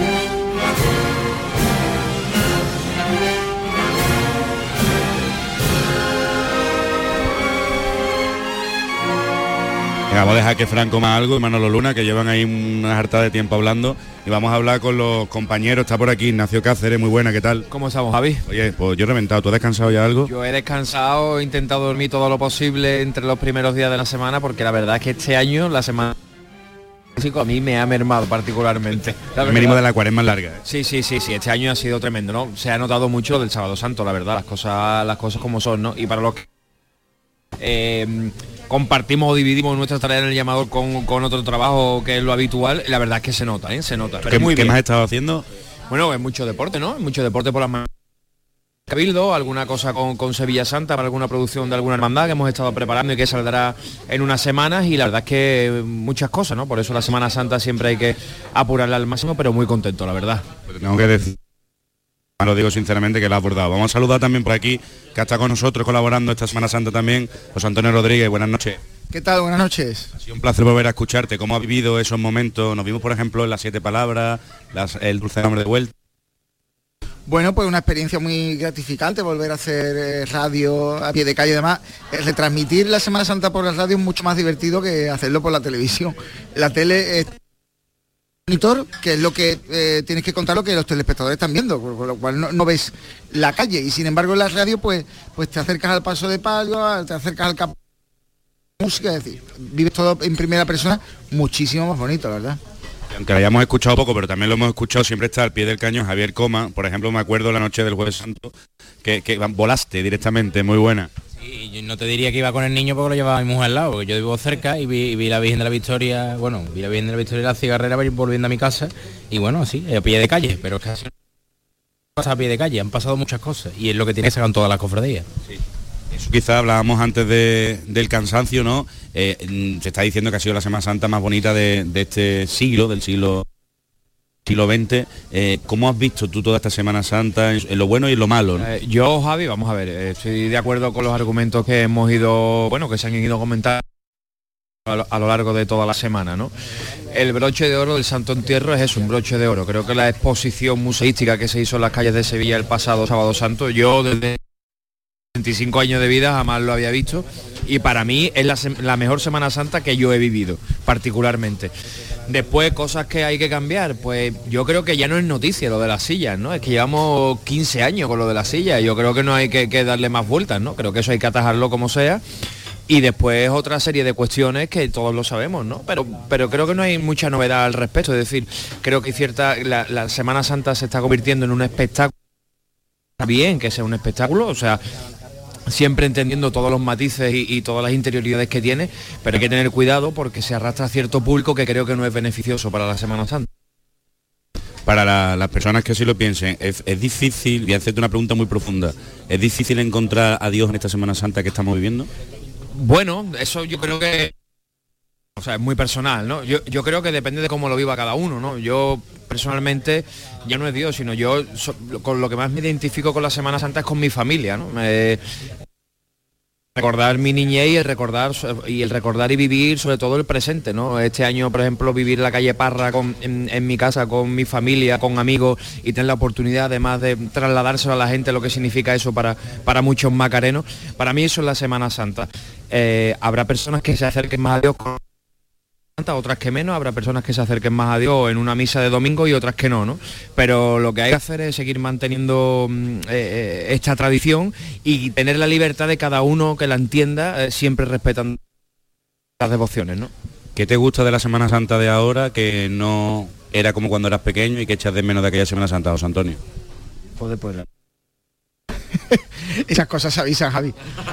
Vamos a dejar que Fran coma algo y Manolo Luna, que llevan ahí una harta de tiempo hablando, y vamos a hablar con los compañeros. Está por aquí Ignacio Cáceres, muy buena, ¿qué tal? ¿Cómo estamos, Javi? Oye, pues yo he reventado, ¿tú has descansado ya algo? Yo he descansado, he intentado dormir todo lo posible entre los primeros días de la semana, porque la verdad es que este año, la semana... a mí me ha mermado particularmente. El mínimo de la cuaresma es larga, ¿eh? Sí, sí, sí, sí, este año ha sido tremendo, ¿no? Se ha notado mucho del Sábado Santo, la verdad, las cosas, las cosas como son, ¿no? Y para los que eh, compartimos o dividimos nuestras tareas en el llamador con, con otro trabajo que es lo habitual, la verdad es que se nota, ¿eh? Se nota. Pero ¿Qué, muy ¿qué bien. más has estado haciendo? Bueno, es mucho deporte, ¿no? Mucho deporte por las mañanas. Cabildo, alguna cosa con, con Sevilla Santa para alguna producción de alguna hermandad que hemos estado preparando y que saldrá en unas semanas, y la verdad es que muchas cosas, ¿no? Por eso la Semana Santa siempre hay que apurarla al máximo, pero muy contento, la verdad. Pero tengo que decir, lo digo sinceramente, que la ha abordado. Vamos a saludar también por aquí, que está con nosotros colaborando esta Semana Santa también, José Antonio Rodríguez. Buenas noches. ¿Qué tal? Buenas noches. Ha sido un placer volver a escucharte. ¿Cómo ha vivido esos momentos? Nos vimos, por ejemplo, en Las Siete Palabras, las, el Dulce Nombre de Vuelta. Bueno, pues una experiencia muy gratificante volver a hacer eh, radio a pie de calle. Además, eh, retransmitir la Semana Santa por la radio es mucho más divertido que hacerlo por la televisión. La tele es monitor, que es lo que eh, tienes que contar lo que los telespectadores están viendo, con lo cual no, no ves la calle, y sin embargo en la radio pues, pues te acercas al paso de palio, te acercas al campo de música, es decir, vives todo en primera persona, muchísimo más bonito, la verdad. Aunque lo hayamos escuchado poco, pero también lo hemos escuchado, siempre está al pie del cañón Javier Coma. Por ejemplo, me acuerdo la noche del Jueves Santo, que, que volaste directamente, muy buena. Sí, yo no te diría que iba con el niño porque lo llevaba mi mujer al lado, porque yo vivo cerca y vi, y vi la Virgen de la Victoria, bueno, vi la Virgen de la Victoria y la cigarrera volviendo a mi casa, y bueno, así, a pie de calle, pero es que así pasa a pie de calle, han pasado muchas cosas, y es lo que tiene que sacar todas las cofradías. Sí. Eso quizá hablábamos antes de, del cansancio, ¿no? Eh, se está diciendo que ha sido la Semana Santa más bonita de, de este siglo, del siglo siglo veinte. Eh, ¿Cómo has visto tú toda esta Semana Santa, en, en lo bueno y en lo malo, ¿no? Eh, yo, Javi, vamos a ver, eh, estoy de acuerdo con los argumentos que hemos ido, bueno, que se han ido comentando a lo, a lo largo de toda la semana, ¿no? El broche de oro del Santo Entierro es eso, un broche de oro. Creo que la exposición museística que se hizo en las calles de Sevilla el pasado Sábado Santo, yo desde veinticinco años de vida jamás lo había visto, y para mí es la, la mejor Semana Santa que yo he vivido particularmente. Después, cosas que hay que cambiar, pues yo creo que ya no es noticia lo de las sillas, ¿no? Es que llevamos quince años con lo de las sillas, yo creo que no hay que, que darle más vueltas, ¿no? Creo que eso hay que atajarlo como sea. Y después otra serie de cuestiones que todos lo sabemos, ¿no? Pero, pero creo que no hay mucha novedad al respecto, es decir, creo que cierta la, la Semana Santa se está convirtiendo en un espectáculo, bien que sea un espectáculo, o sea, siempre entendiendo todos los matices y, y todas las interioridades que tiene, pero hay que tener cuidado porque se arrastra a cierto público que creo que no es beneficioso para la Semana Santa. Para la, las personas que así lo piensen, es, es difícil, voy a hacerte una pregunta muy profunda, ¿es difícil encontrar a Dios en esta Semana Santa que estamos viviendo? Bueno, eso yo creo que, o sea, es muy personal, ¿no? Yo, yo creo que depende de cómo lo viva cada uno, ¿no? Yo personalmente, ya no es Dios, sino yo so, con lo que más me identifico con la Semana Santa es con mi familia, ¿no? Me, recordar mi niñez y el recordar y el recordar y vivir sobre todo el presente, ¿no? Este año, por ejemplo, vivir la calle Parra con, en, en mi casa con mi familia, con amigos, y tener la oportunidad además de trasladárselo a la gente lo que significa eso para, para muchos macarenos. Para mí eso es la Semana Santa. Eh, habrá personas que se acerquen más a Dios con otras que menos, habrá personas que se acerquen más a Dios en una misa de domingo y otras que no, ¿no? Pero lo que hay que hacer es seguir manteniendo eh, esta tradición y tener la libertad de cada uno que la entienda, eh, siempre respetando las devociones, ¿no? ¿Qué te gusta de la Semana Santa de ahora que no era como cuando eras pequeño y que echas de menos de aquella Semana Santa, José Antonio? Pues pues esas cosas se avisan, Javi.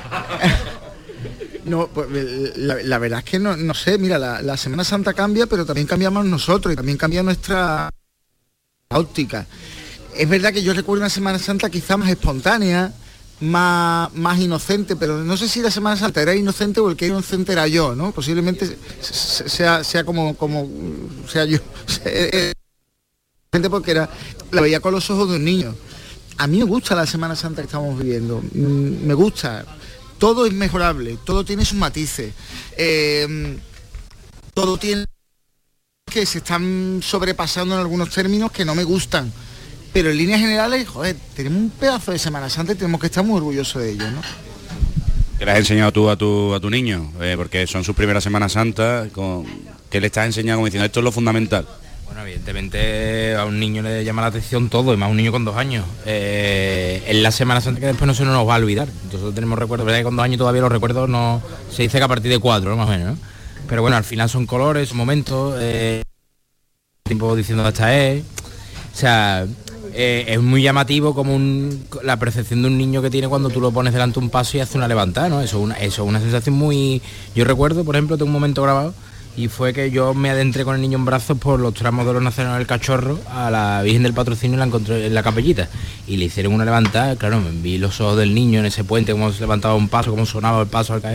No, pues la, la verdad es que no, no sé, mira, la, la Semana Santa cambia, pero también cambiamos nosotros y también cambia nuestra óptica. Es verdad que yo recuerdo una Semana Santa quizá más espontánea, más, más inocente, pero no sé si la Semana Santa era inocente o el que era inocente era yo, ¿no? Posiblemente sea, sea como, como sea yo, porque era, la veía con los ojos de un niño. A mí me gusta la Semana Santa que estamos viviendo, me gusta. Todo es mejorable, todo tiene sus matices, eh, todo tiene que se están sobrepasando en algunos términos que no me gustan, pero en líneas generales, joder, tenemos un pedazo de Semana Santa y tenemos que estar muy orgullosos de ello, ¿no? ¿Qué le has enseñado tú a tu, a tu niño? Eh, porque son sus primeras Semanas Santas. Con... ¿Qué le estás enseñando como diciendo esto es lo fundamental? Bueno, evidentemente a un niño le llama la atención todo, y más un niño con dos años. Eh, en la Semana Santa que después no se nos va a olvidar. Nosotros tenemos recuerdos, verdad que con dos años todavía los recuerdos no... Se dice que a partir de cuatro, ¿no? Más o menos, ¿no? Pero bueno, al final son colores, son momentos, eh, tiempo diciendo hasta es... O sea... Eh, es muy llamativo como un, la percepción de un niño que tiene cuando tú lo pones delante un paso y hace una levantada, ¿no? Eso es una, eso es una sensación muy... Yo recuerdo, por ejemplo, tengo un momento grabado y fue que yo me adentré con el niño en brazos por los tramos de los nacionales del Cachorro a la Virgen del Patrocinio y la encontré en la capellita. Y le hicieron una levantada, claro, me vi los ojos del niño en ese puente, cómo se levantaba un paso, cómo sonaba el paso al caer.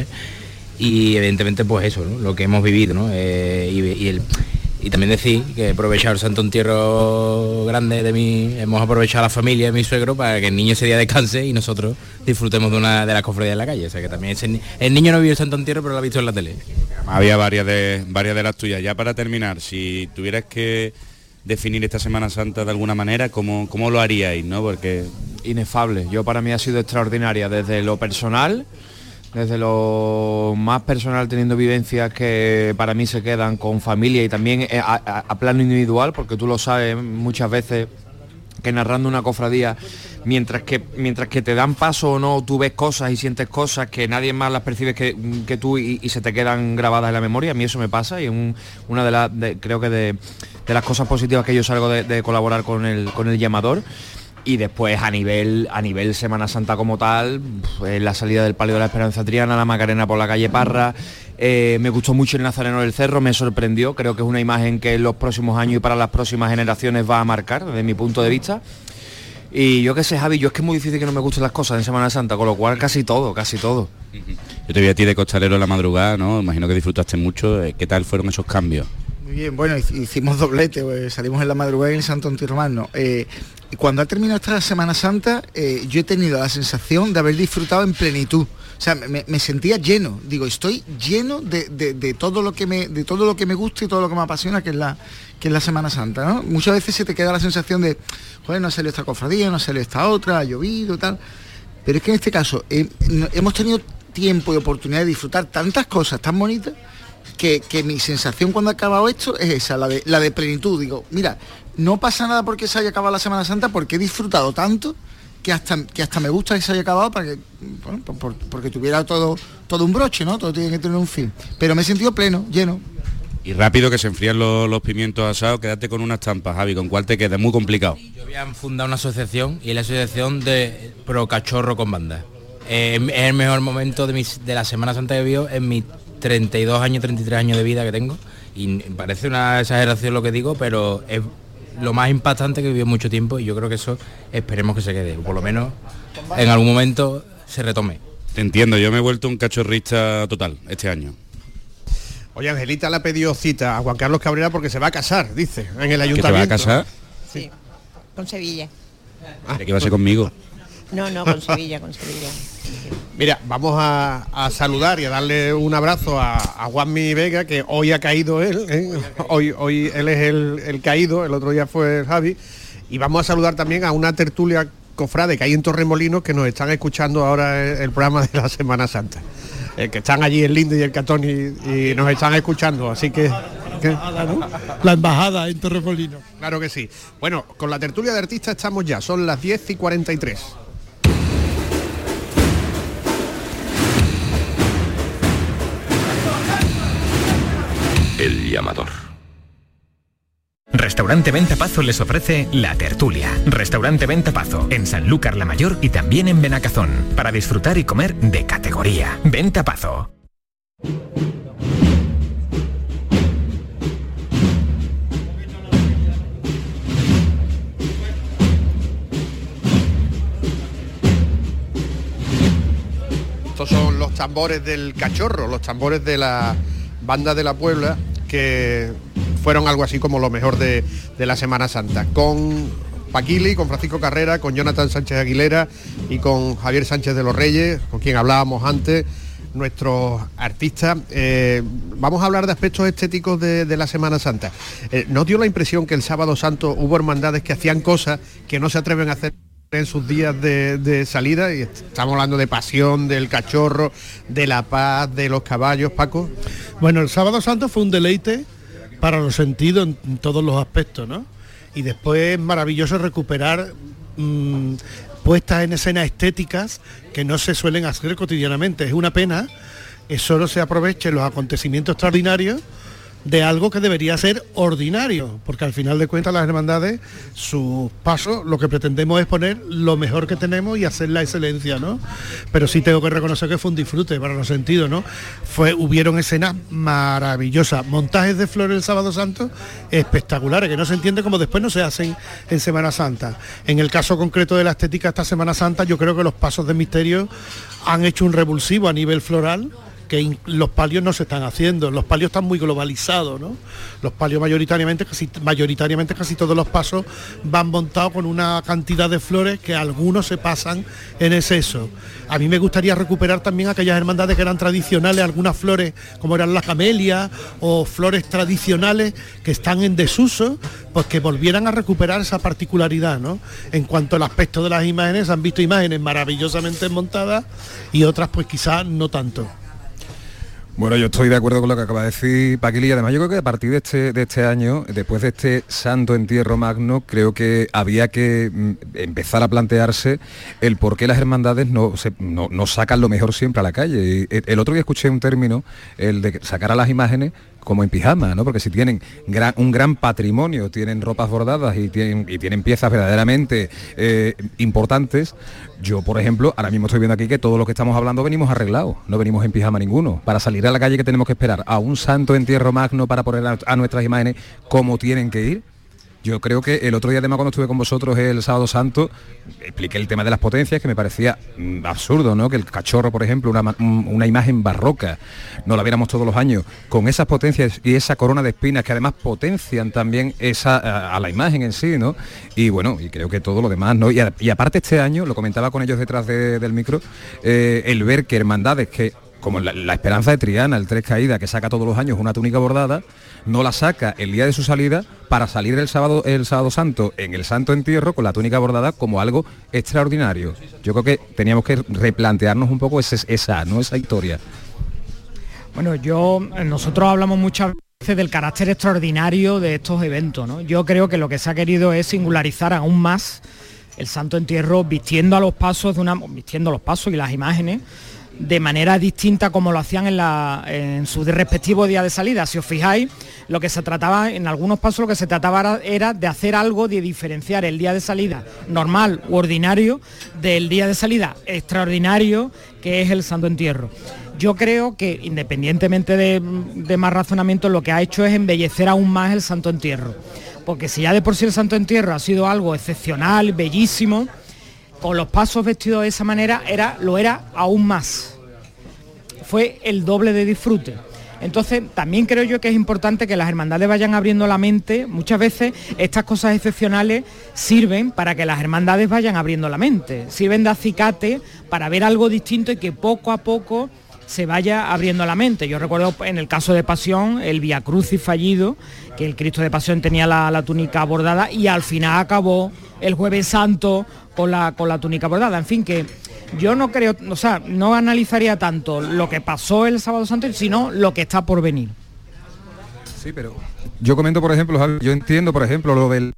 Y evidentemente pues eso, ¿no? Lo que hemos vivido, ¿no? Eh, y, y el... Y también decir que he aprovechado el Santo Entierro grande de mi... Hemos aprovechado a la familia de mi suegro para que el niño ese día descanse y nosotros disfrutemos de una de las cofradías en la calle. O sea que también ese, el niño no vio el Santo Entierro, pero lo ha visto en la tele. Había varias de, varias de las tuyas. Ya para terminar, si tuvieras que definir esta Semana Santa de alguna manera, ¿cómo, cómo lo haríais, no? Porque... Inefable. Yo para mí ha sido extraordinaria desde lo personal, desde lo más personal, teniendo vivencias que para mí se quedan con familia y también a, a, a plano individual, porque tú lo sabes muchas veces que narrando una cofradía, mientras que mientras que te dan paso o no, tú ves cosas y sientes cosas que nadie más las percibe que, que tú y, y se te quedan grabadas en la memoria. A mí eso me pasa y es un, una de las, de, creo que de, de las cosas positivas que yo salgo de, de colaborar con el, con el llamador. Y después a nivel a nivel Semana Santa como tal, pues, la salida del Palio de la Esperanza Triana, la Macarena por la calle Parra, eh, me gustó mucho el Nazareno del Cerro, me sorprendió, creo que es una imagen que en los próximos años y para las próximas generaciones va a marcar, desde mi punto de vista. Y yo qué sé, Javi, yo es que es muy difícil que no me gusten las cosas en Semana Santa, con lo cual casi todo, casi todo. Yo te vi a ti de costalero en la madrugada, ¿no? Imagino que disfrutaste mucho. ¿Qué tal fueron esos cambios? Muy bien, bueno, hicimos doblete, pues, salimos en la madrugada en el Santo Entierro Magno. Eh, cuando ha terminado esta Semana Santa, eh, yo he tenido la sensación de haber disfrutado en plenitud. O sea, me, me sentía lleno. Digo, estoy lleno de, de, de todo lo que me, de todo lo que me gusta y todo lo que me apasiona, que es la, que es la Semana Santa, ¿no? Muchas veces se te queda la sensación de, joder, no ha salido esta cofradía, no ha salido esta otra, ha llovido, tal. Pero es que en este caso eh, no, hemos tenido tiempo y oportunidad de disfrutar tantas cosas tan bonitas. Que, que mi sensación cuando ha acabado esto es esa, la de, la de plenitud. Digo, mira, no pasa nada porque se haya acabado la Semana Santa, porque he disfrutado tanto que hasta, que hasta me gusta que se haya acabado para que, bueno, por, por, porque tuviera todo, todo un broche, ¿no? Todo tiene que tener un fin. Pero me he sentido pleno, lleno. Y rápido que se enfrían los, los pimientos asados, quédate con una estampa, Javi, ¿con cuál te queda? Es muy complicado. Yo había fundado una asociación y es la asociación de Pro Cachorro con Banda. Eh, es el mejor momento de, mis, de la Semana Santa que vivo en mi treinta y dos años, treinta y tres años de vida que tengo, y parece una exageración lo que digo, pero es lo más impactante que he vivido mucho tiempo y yo creo que eso esperemos que se quede, o por lo menos en algún momento se retome. Te entiendo, yo me he vuelto un cachorrista total este año. Oye, Angelita le ha pedido cita a Juan Carlos Cabrera porque se va a casar, dice, en el ayuntamiento. ¿Que te va a casar? Sí, con Sevilla. Ah, ¿que va a ser conmigo? No, no, con Sevilla, con Sevilla. Mira, vamos a, a saludar y a darle un abrazo a, a Juanmi Vega, que hoy ha caído él, ¿eh? hoy, hoy él es el, el caído, el otro día fue el Javi, y vamos a saludar también a una tertulia cofrade que hay en Torremolinos que nos están escuchando ahora el, el programa de la Semana Santa, eh, que están allí el Linde y el Catón y, y nos están escuchando, así que... ¿qué? La embajada en Torremolinos. Claro que sí. Bueno, con la tertulia de artistas estamos ya, son las diez y cuarenta y tres. El llamador. Restaurante Ventapazo les ofrece La Tertulia. Restaurante Ventapazo en Sanlúcar la Mayor y también en Benacazón. Para disfrutar y comer de categoría. Ventapazo. Estos son los tambores del Cachorro, los tambores de la Banda de la Puebla, que fueron algo así como lo mejor de, de la Semana Santa, con Paquili, con Francisco Carrera, con Jonathan Sánchez Aguilera y con Javier Sánchez de los Reyes, con quien hablábamos antes, nuestros artistas. Eh, vamos a hablar de aspectos estéticos de, de la Semana Santa. Eh, ¿No dio la impresión que el Sábado Santo hubo hermandades que hacían cosas que no se atreven a hacer en sus días de, de salida, y estamos hablando de Pasión, del Cachorro, de La Paz, de los caballos, Paco. Bueno, el Sábado Santo fue un deleite para los sentidos en todos los aspectos, ¿no? Y después es maravilloso recuperar mmm, puestas en escena estéticas que no se suelen hacer cotidianamente. Es una pena que solo se aprovechen los acontecimientos extraordinarios de algo que debería ser ordinario, porque al final de cuentas las hermandades, sus pasos, lo que pretendemos es poner lo mejor que tenemos y hacer la excelencia, ¿no? Pero sí tengo que reconocer que fue un disfrute para los sentidos, ¿no? Fue, hubieron escenas maravillosas, montajes de flores el Sábado Santo espectaculares, que no se entiende cómo después no se hacen en Semana Santa. En el caso concreto de la estética esta Semana Santa, yo creo que los pasos de misterio han hecho un revulsivo a nivel floral, que los palios no se están haciendo, los palios están muy globalizados, ¿no? Los palios mayoritariamente, casi mayoritariamente casi todos los pasos van montados con una cantidad de flores que algunos se pasan en exceso. A mí me gustaría recuperar también aquellas hermandades que eran tradicionales, algunas flores como eran la camelia o flores tradicionales que están en desuso, pues que volvieran a recuperar esa particularidad, ¿no? En cuanto al aspecto de las imágenes, han visto imágenes maravillosamente montadas y otras pues quizás no tanto. Bueno, yo estoy de acuerdo con lo que acaba de decir Paquilí. Además, yo creo que a partir de este, de este año, después de este Santo Entierro Magno, creo que había que mm, empezar a plantearse el por qué las hermandades no, se, no, no sacan lo mejor siempre a la calle. Y el otro día escuché un término, el de sacar a las imágenes como en pijama, ¿no? Porque si tienen gran, un gran patrimonio, tienen ropas bordadas y tienen, y tienen piezas verdaderamente eh, importantes. Yo, por ejemplo, ahora mismo estoy viendo aquí que todos los que estamos hablando venimos arreglados, no venimos en pijama ninguno. Para salir a la calle, que tenemos que esperar a un Santo Entierro Magno para poner a, a nuestras imágenes como tienen que ir. Yo creo que el otro día, además, cuando estuve con vosotros el Sábado Santo, expliqué el tema de las potencias, que me parecía mm, absurdo, ¿no? Que el Cachorro, por ejemplo, una, una imagen barroca, no la viéramos todos los años, con esas potencias y esa corona de espinas que además potencian también esa a, a la imagen en sí, ¿no? Y bueno, y creo que todo lo demás, ¿no? Y, a, y aparte este año, lo comentaba con ellos detrás de, del micro, eh, el ver que hermandades que, como la, la Esperanza de Triana, el Tres Caídas, que saca todos los años una túnica bordada, no la saca el día de su salida para salir el sábado, el sábado santo en el Santo Entierro con la túnica bordada como algo extraordinario. Yo creo que teníamos que replantearnos un poco ese, esa, ¿no? esa historia. Bueno, yo, nosotros hablamos muchas veces del carácter extraordinario de estos eventos, ¿no? Yo creo que lo que se ha querido es singularizar aún más el Santo Entierro vistiendo a los pasos de una, vistiendo los pasos y las imágenes de manera distinta como lo hacían en, la, en su respectivo día de salida. Si os fijáis, lo que se trataba, en algunos pasos lo que se trataba era, era de hacer algo, de diferenciar el día de salida normal u ordinario del día de salida extraordinario, que es el Santo Entierro. Yo creo que, independientemente de, de más razonamiento, lo que ha hecho es embellecer aún más el Santo Entierro. Porque si ya de por sí el Santo Entierro ha sido algo excepcional, bellísimo, con los pasos vestidos de esa manera era, lo era aún más. Fue el doble de disfrute. Entonces, también creo yo que es importante que las hermandades vayan abriendo la mente. Muchas veces estas cosas excepcionales sirven para que las hermandades vayan abriendo la mente, sirven de acicate para ver algo distinto y que poco a poco se vaya abriendo la mente. Yo recuerdo en el caso de Pasión, el Vía Crucis fallido, que el Cristo de Pasión tenía la, la túnica bordada y al final acabó el Jueves Santo con la, con la túnica bordada. En fin, que yo no creo, o sea, no analizaría tanto lo que pasó el Sábado Santo, sino lo que está por venir. Sí, pero yo comento, por ejemplo, Javi, yo entiendo, por ejemplo, lo del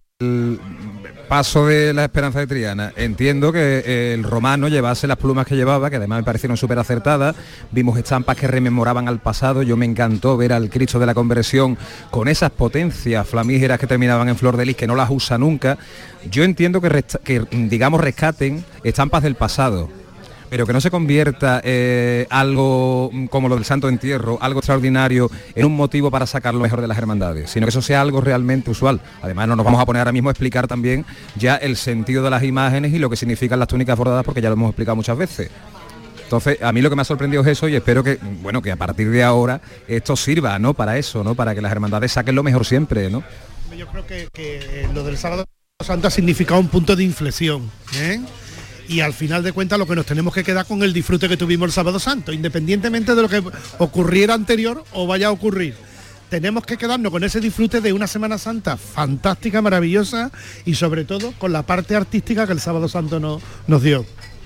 paso de la Esperanza de Triana. Entiendo que el romano llevase las plumas que llevaba, que además me parecieron súper acertadas. Vimos estampas que rememoraban al pasado. Yo me encantó ver al Cristo de la Conversión con esas potencias flamígeras que terminaban en flor de lis, que no las usa nunca. Yo entiendo que, que digamos, rescaten estampas del pasado, pero que no se convierta eh, algo como lo del Santo Entierro, algo extraordinario, en un motivo para sacar lo mejor de las hermandades, sino que eso sea algo realmente usual. Además, no nos vamos a poner ahora mismo a explicar también ya el sentido de las imágenes y lo que significan las túnicas bordadas, porque ya lo hemos explicado muchas veces. Entonces, a mí lo que me ha sorprendido es eso, y espero que, bueno, que a partir de ahora esto sirva, ¿no? Para eso, ¿no? Para que las hermandades saquen lo mejor siempre, ¿no? Yo creo que, que lo del Sábado Santo ha significado un punto de inflexión, ¿eh? Y al final de cuentas lo que nos tenemos que quedar con el disfrute que tuvimos el Sábado Santo, independientemente de lo que ocurriera anterior o vaya a ocurrir. tenemos que quedarnos con ese disfrute de una Semana Santa fantástica, maravillosa y sobre todo con la parte artística que el Sábado Santo no, nos dio.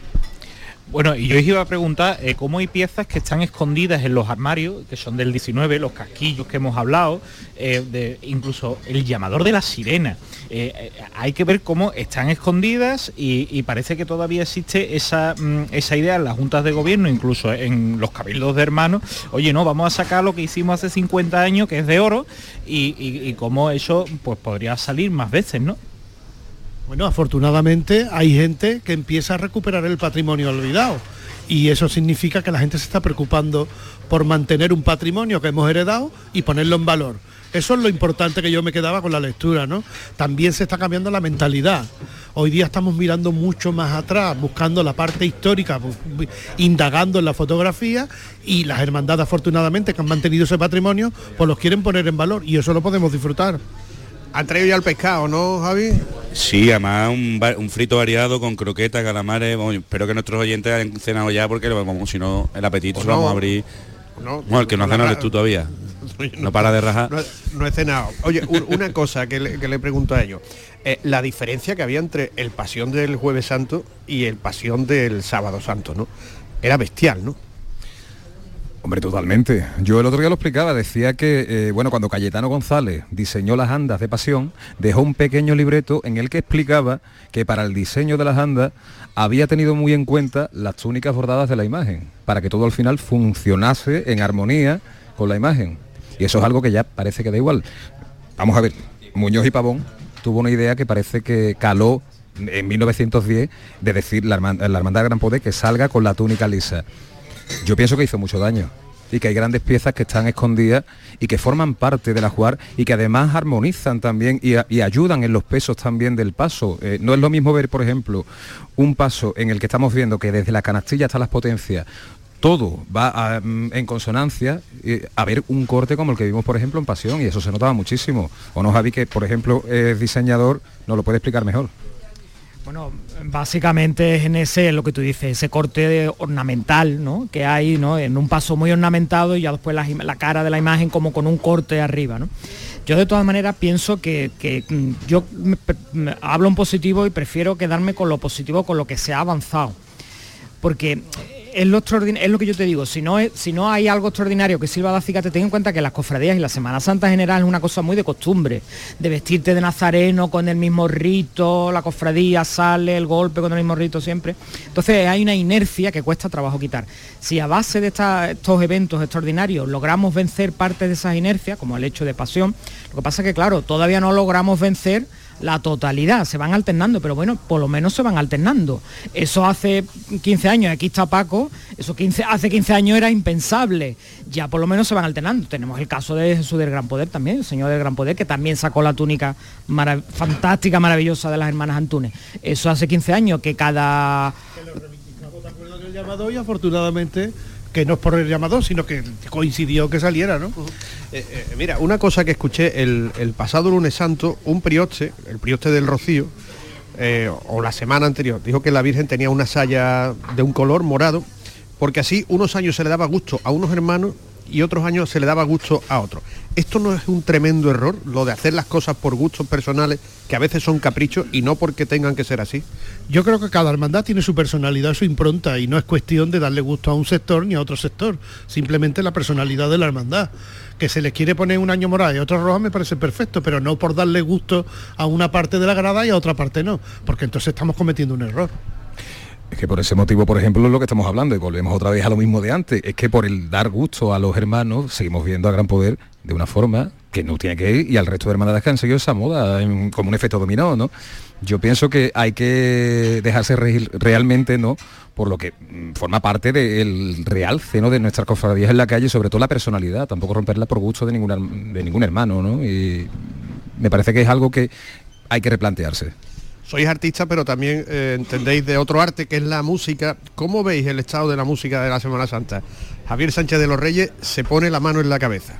Bueno, y yo os iba a preguntar eh, cómo hay piezas que están escondidas en los armarios, que son del diecinueve, los casquillos que hemos hablado, eh, de, incluso el llamador de la sirena. Eh, eh, hay que ver cómo están escondidas y, y parece que todavía existe esa, mm, esa idea en las juntas de gobierno, incluso en los cabildos de hermanos. Oye, no, vamos a sacar lo que hicimos hace cincuenta años, que es de oro, y, y, y cómo eso pues podría salir más veces, ¿no? Bueno, afortunadamente hay gente que empieza a recuperar el patrimonio olvidado y eso significa que la gente se está preocupando por mantener un patrimonio que hemos heredado y ponerlo en valor. Eso es lo importante que yo me quedaba con la lectura, ¿no? También se está cambiando la mentalidad. Hoy día estamos mirando mucho más atrás, buscando la parte histórica, indagando en la fotografía y las hermandades afortunadamente que han mantenido ese patrimonio, pues los quieren poner en valor y eso lo podemos disfrutar. ¿Han traído ya el pescado, no, Javi? Sí, además un, un frito variado con croquetas, calamares. Bueno, espero que nuestros oyentes hayan cenado ya porque como si no el apetito pues se lo no, vamos a abrir. No, bueno, el que no ha cenado eres tú todavía. No para de rajar. No, no he cenado. Oye, una cosa que le, que le pregunto a ellos. Eh, la diferencia que había entre el Pasión del Jueves Santo y el Pasión del Sábado Santo, ¿no? Era bestial, ¿no? Hombre, totalmente. Yo el otro día lo explicaba, decía que, eh, bueno, cuando Cayetano González diseñó las andas de Pasión, dejó un pequeño libreto en el que explicaba que para el diseño de las andas había tenido muy en cuenta las túnicas bordadas de la imagen, para que todo al final funcionase en armonía con la imagen. Y eso es algo que ya parece que da igual. Vamos a ver, Muñoz y Pavón tuvo una idea que parece que caló en mil novecientos diez, de decir la hermandad, la hermandad de Gran Poder que salga con la túnica lisa. Yo pienso que hizo mucho daño y que hay grandes piezas que están escondidas y que forman parte de la jugar y que además armonizan también y, y ayudan en los pesos también del paso. Eh, no es lo mismo ver, por ejemplo, un paso en el que estamos viendo que desde la canastilla hasta las potencias todo va a, en consonancia, eh, a ver un corte como el que vimos, por ejemplo, en Pasión, y eso se notaba muchísimo. O no, Javi, que por ejemplo es diseñador, nos lo puede explicar mejor. Bueno, básicamente es en ese, lo que tú dices, ese corte ornamental, ¿no?, que hay, ¿no?, en un paso muy ornamentado y ya después la, la cara de la imagen como con un corte arriba, ¿no? Yo de todas maneras pienso que, que yo me, me, hablo en positivo y prefiero quedarme con lo positivo, con lo que se ha avanzado. Porque es lo extraordinario, es lo que yo te digo, si no, es, si no hay algo extraordinario que sirva de acicate, ten en cuenta que las cofradías y la Semana Santa en general es una cosa muy de costumbre, de vestirte de nazareno con el mismo rito, la cofradía sale, el golpe con el mismo rito siempre. Entonces hay una inercia que cuesta trabajo quitar. Si a base de esta, estos eventos extraordinarios logramos vencer parte de esas inercias, como el hecho de Pasión, lo que pasa es que claro, todavía no logramos vencer la totalidad, se van alternando, pero bueno, por lo menos se van alternando. Eso hace quince años, aquí está Paco, eso quince, hace quince años era impensable, ya por lo menos se van alternando. Tenemos el caso de Jesús del Gran Poder también, el Señor del Gran Poder, que también sacó la túnica marav- fantástica, maravillosa de las hermanas Antúnez. Eso hace quince años que cada... El llamado y afortunadamente que no es por el llamado, sino que coincidió que saliera, ¿no? Uh-huh. Eh, eh, mira, una cosa que escuché el, el pasado lunes santo, un prioste, el prioste del Rocío, eh, o la semana anterior, dijo que la Virgen tenía una saya de un color morado, porque así unos años se le daba gusto a unos hermanos y otros años se le daba gusto a otros. ¿Esto no es un tremendo error, lo de hacer las cosas por gustos personales, que a veces son caprichos y no porque tengan que ser así? Yo creo que cada hermandad tiene su personalidad, su impronta, y no es cuestión de darle gusto a un sector ni a otro sector, simplemente la personalidad de la hermandad. Que se les quiere poner un año morado y otro rojo me parece perfecto, pero no por darle gusto a una parte de la grada y a otra parte no, porque entonces estamos cometiendo un error. Es que por ese motivo, por ejemplo, es lo que estamos hablando, y volvemos otra vez a lo mismo de antes, es que por el dar gusto a los hermanos, seguimos viendo a Gran Poder de una forma que no tiene que ir, y al resto de hermandades que han seguido esa moda, en, como un efecto dominó, ¿no? Yo pienso que hay que dejarse regir realmente, ¿no?, por lo que mm, forma parte del realce, ¿no?, de nuestras cofradías en la calle, sobre todo la personalidad, tampoco romperla por gusto de, ninguna, de ningún hermano, ¿no? Y me parece que es algo que hay que replantearse. Sois artistas, pero también eh, entendéis de otro arte, que es la música. ¿Cómo veis el estado de la música de la Semana Santa? Javier Sánchez de los Reyes se pone la mano en la cabeza.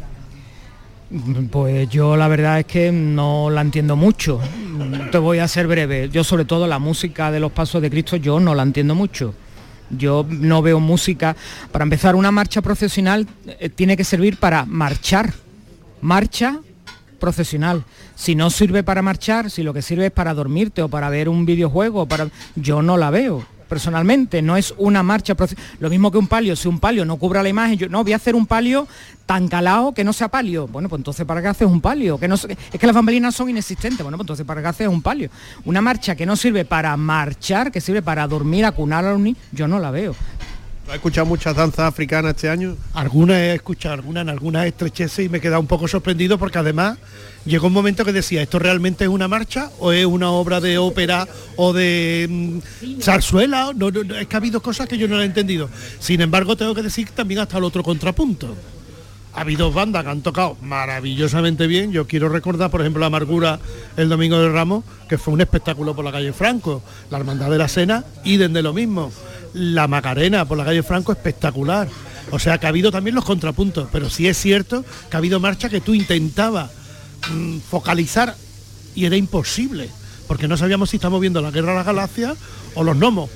Pues yo la verdad es que no la entiendo mucho. Te voy a ser breve. Yo sobre todo la música de los Pasos de Cristo yo no la entiendo mucho. Yo no veo música. Para empezar, una marcha procesional eh, tiene que servir para marchar, marcha procesional. Si no sirve para marchar, si lo que sirve es para dormirte o para ver un videojuego, para... yo no la veo. Personalmente, no es una marcha, lo mismo que un palio. Si un palio no cubra la imagen, yo no voy a hacer un palio tan calado que no sea palio. Bueno, pues entonces ¿para qué haces un palio? Que no, es que las bambalinas son inexistentes. Bueno, pues entonces ¿para qué haces un palio? Una marcha que no sirve para marchar, que sirve para dormir, acunar a los niños, yo no la veo. ¿Has escuchado muchas danzas africanas este año? Algunas he escuchado, algunas en algunas estrecheces, y me he quedado un poco sorprendido porque además llegó un momento que decía, ¿esto realmente es una marcha o es una obra de ópera o de mmm, zarzuela? No, no, no, es que ha habido cosas que yo no lo he entendido. Sin embargo, tengo que decir también hasta el otro contrapunto. Ha habido bandas que han tocado maravillosamente bien. Yo quiero recordar, por ejemplo, La Amargura el Domingo de Ramos, que fue un espectáculo por la calle Franco. La Hermandad de la Cena, idem de lo mismo. La Macarena por la calle Franco, espectacular. O sea que ha habido también los contrapuntos, pero sí es cierto que ha habido marchas que tú intentabas mmm, focalizar y era imposible, porque no sabíamos si estamos viendo la Guerra de las Galaxias o los gnomos.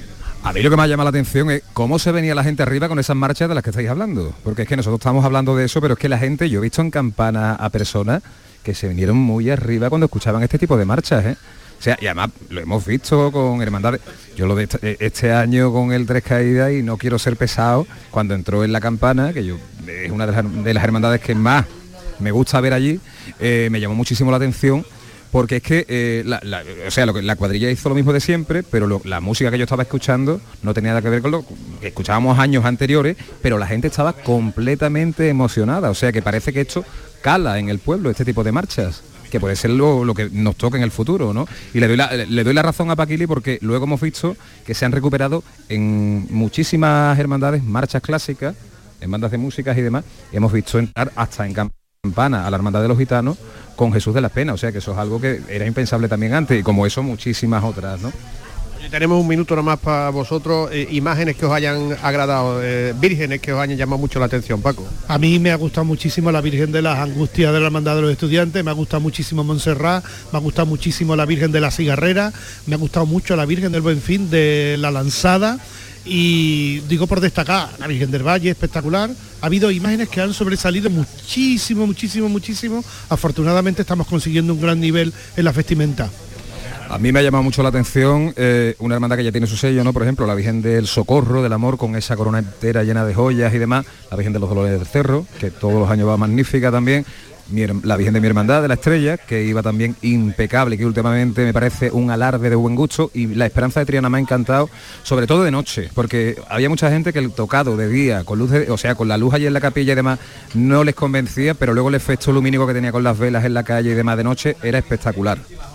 A mí lo que me ha llamado la atención es cómo se venía la gente arriba con esas marchas de las que estáis hablando, porque es que nosotros estamos hablando de eso, pero es que la gente, yo he visto en campana a personas que se vinieron muy arriba cuando escuchaban este tipo de marchas, ¿eh? O sea, y además lo hemos visto con hermandades. Yo lo de este, este año con el Tres Caídas, y no quiero ser pesado, cuando entró en la campana, que yo es una de las, de las hermandades que más me gusta ver allí, eh, me llamó muchísimo la atención, porque es que, eh, la, la, o sea, lo que, la cuadrilla hizo lo mismo de siempre, pero lo, la música que yo estaba escuchando no tenía nada que ver con lo que escuchábamos años anteriores, pero la gente estaba completamente emocionada, o sea que parece que esto cala en el pueblo, este tipo de marchas, que puede ser lo, lo que nos toque en el futuro, ¿no? Y le doy, la, le doy la razón a Paquili, porque luego hemos visto que se han recuperado en muchísimas hermandades marchas clásicas, en bandas de músicas y demás, y hemos visto entrar hasta en campana a la Hermandad de los Gitanos con Jesús de las Penas, o sea que eso es algo que era impensable también antes, y como eso muchísimas otras, ¿no? Tenemos un minuto nomás para vosotros, eh, imágenes que os hayan agradado, eh, vírgenes que os hayan llamado mucho la atención, Paco. A mí me ha gustado muchísimo la Virgen de las Angustias de la Hermandad de los Estudiantes, me ha gustado muchísimo Montserrat, me ha gustado muchísimo la Virgen de la Cigarrera, me ha gustado mucho la Virgen del Buen Fin de la Lanzada, y digo por destacar, la Virgen del Valle, espectacular. Ha habido imágenes que han sobresalido muchísimo, muchísimo, muchísimo. Afortunadamente estamos consiguiendo un gran nivel en la vestimenta. A mí me ha llamado mucho la atención eh, una hermandad que ya tiene su sello, ¿no? Por ejemplo, la Virgen del Socorro, del Amor, con esa corona entera llena de joyas y demás. La Virgen de los Dolores del Cerro, que todos los años va magnífica también. Mi, la Virgen de mi Hermandad, de la Estrella, que iba también impecable, que últimamente me parece un alarde de buen gusto. Y la Esperanza de Triana me ha encantado, sobre todo de noche, porque había mucha gente que el tocado de día, con luz de, o sea, con la luz allí en la capilla y demás, no les convencía, pero luego el efecto lumínico que tenía con las velas en la calle y demás de noche era espectacular.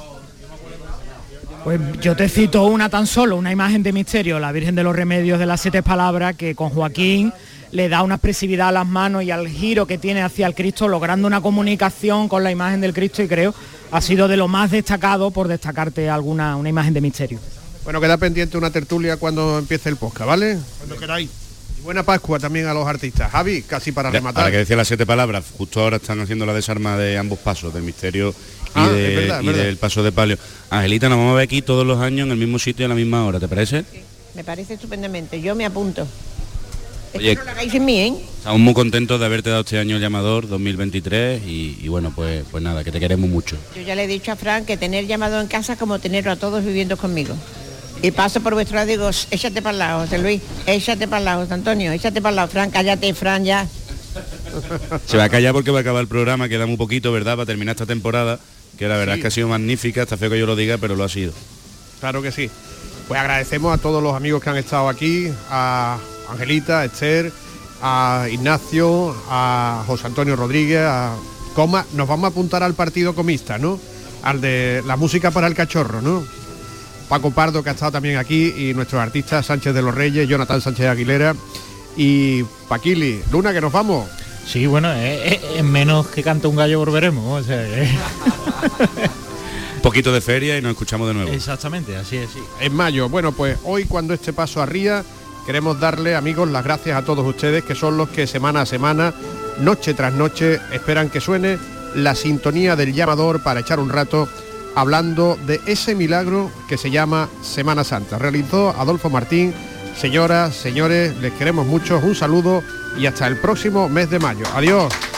Pues yo te cito una tan solo, una imagen de misterio, la Virgen de los Remedios de las Siete Palabras, que con Joaquín le da una expresividad a las manos y al giro que tiene hacia el Cristo, logrando una comunicación con la imagen del Cristo, y creo ha sido de lo más destacado, por destacarte alguna una imagen de misterio. Bueno, queda pendiente una tertulia cuando empiece el podcast, ¿vale? Cuando queráis. Y buena Pascua también a los artistas. Javi, casi para rematar. Ahora que decía las siete palabras, justo ahora están haciendo la desarma de ambos pasos, del misterio y, ah, de, verdad, y del paso de palio. Angelita, nos vamos a ver aquí todos los años en el mismo sitio y a la misma hora, ¿te parece? Sí, me parece estupendamente, yo me apunto. Oye, Esto no lo hagáis en mí, ¿eh? Estamos muy contentos de haberte dado este año el llamador dos mil veintitrés y, y bueno, pues, pues nada, que te queremos mucho. Yo ya le he dicho a Fran que tener llamador en casa como tenerlo a todos viviendo conmigo. Y paso por vuestro lado y digo, échate para el lado, José Luis, échate para el lado, José Antonio, échate para el lado, Fran, cállate, Fran, ya. Se va a callar porque va a acabar el programa, queda muy poquito, ¿verdad?, para terminar esta temporada, que la verdad sí. Es que ha sido magnífica, está feo que yo lo diga, pero lo ha sido. Claro que sí. Pues agradecemos a todos los amigos que han estado aquí, a Angelita, a Esther, a Ignacio, a José Antonio Rodríguez, a Coma. Nos vamos a apuntar al partido comista, ¿no? Al de la música para el cachorro, ¿no? Paco Pardo, que ha estado también aquí, y nuestros artistas Sánchez de los Reyes, Jonathan Sánchez Aguilera y Paquili. Luna, que nos vamos. Sí, bueno, es, es menos que canta un gallo volveremos, o sea que... Un poquito de feria y nos escuchamos de nuevo. Exactamente, así es, sí. En mayo. Bueno, pues hoy, cuando este paso arría, queremos darle, amigos, las gracias a todos ustedes, que son los que semana a semana, noche tras noche, esperan que suene la sintonía del llamador para echar un rato hablando de ese milagro que se llama Semana Santa. Realizó Adolfo Martín. Señoras, señores, les queremos mucho, un saludo y hasta el próximo mes de mayo. Adiós.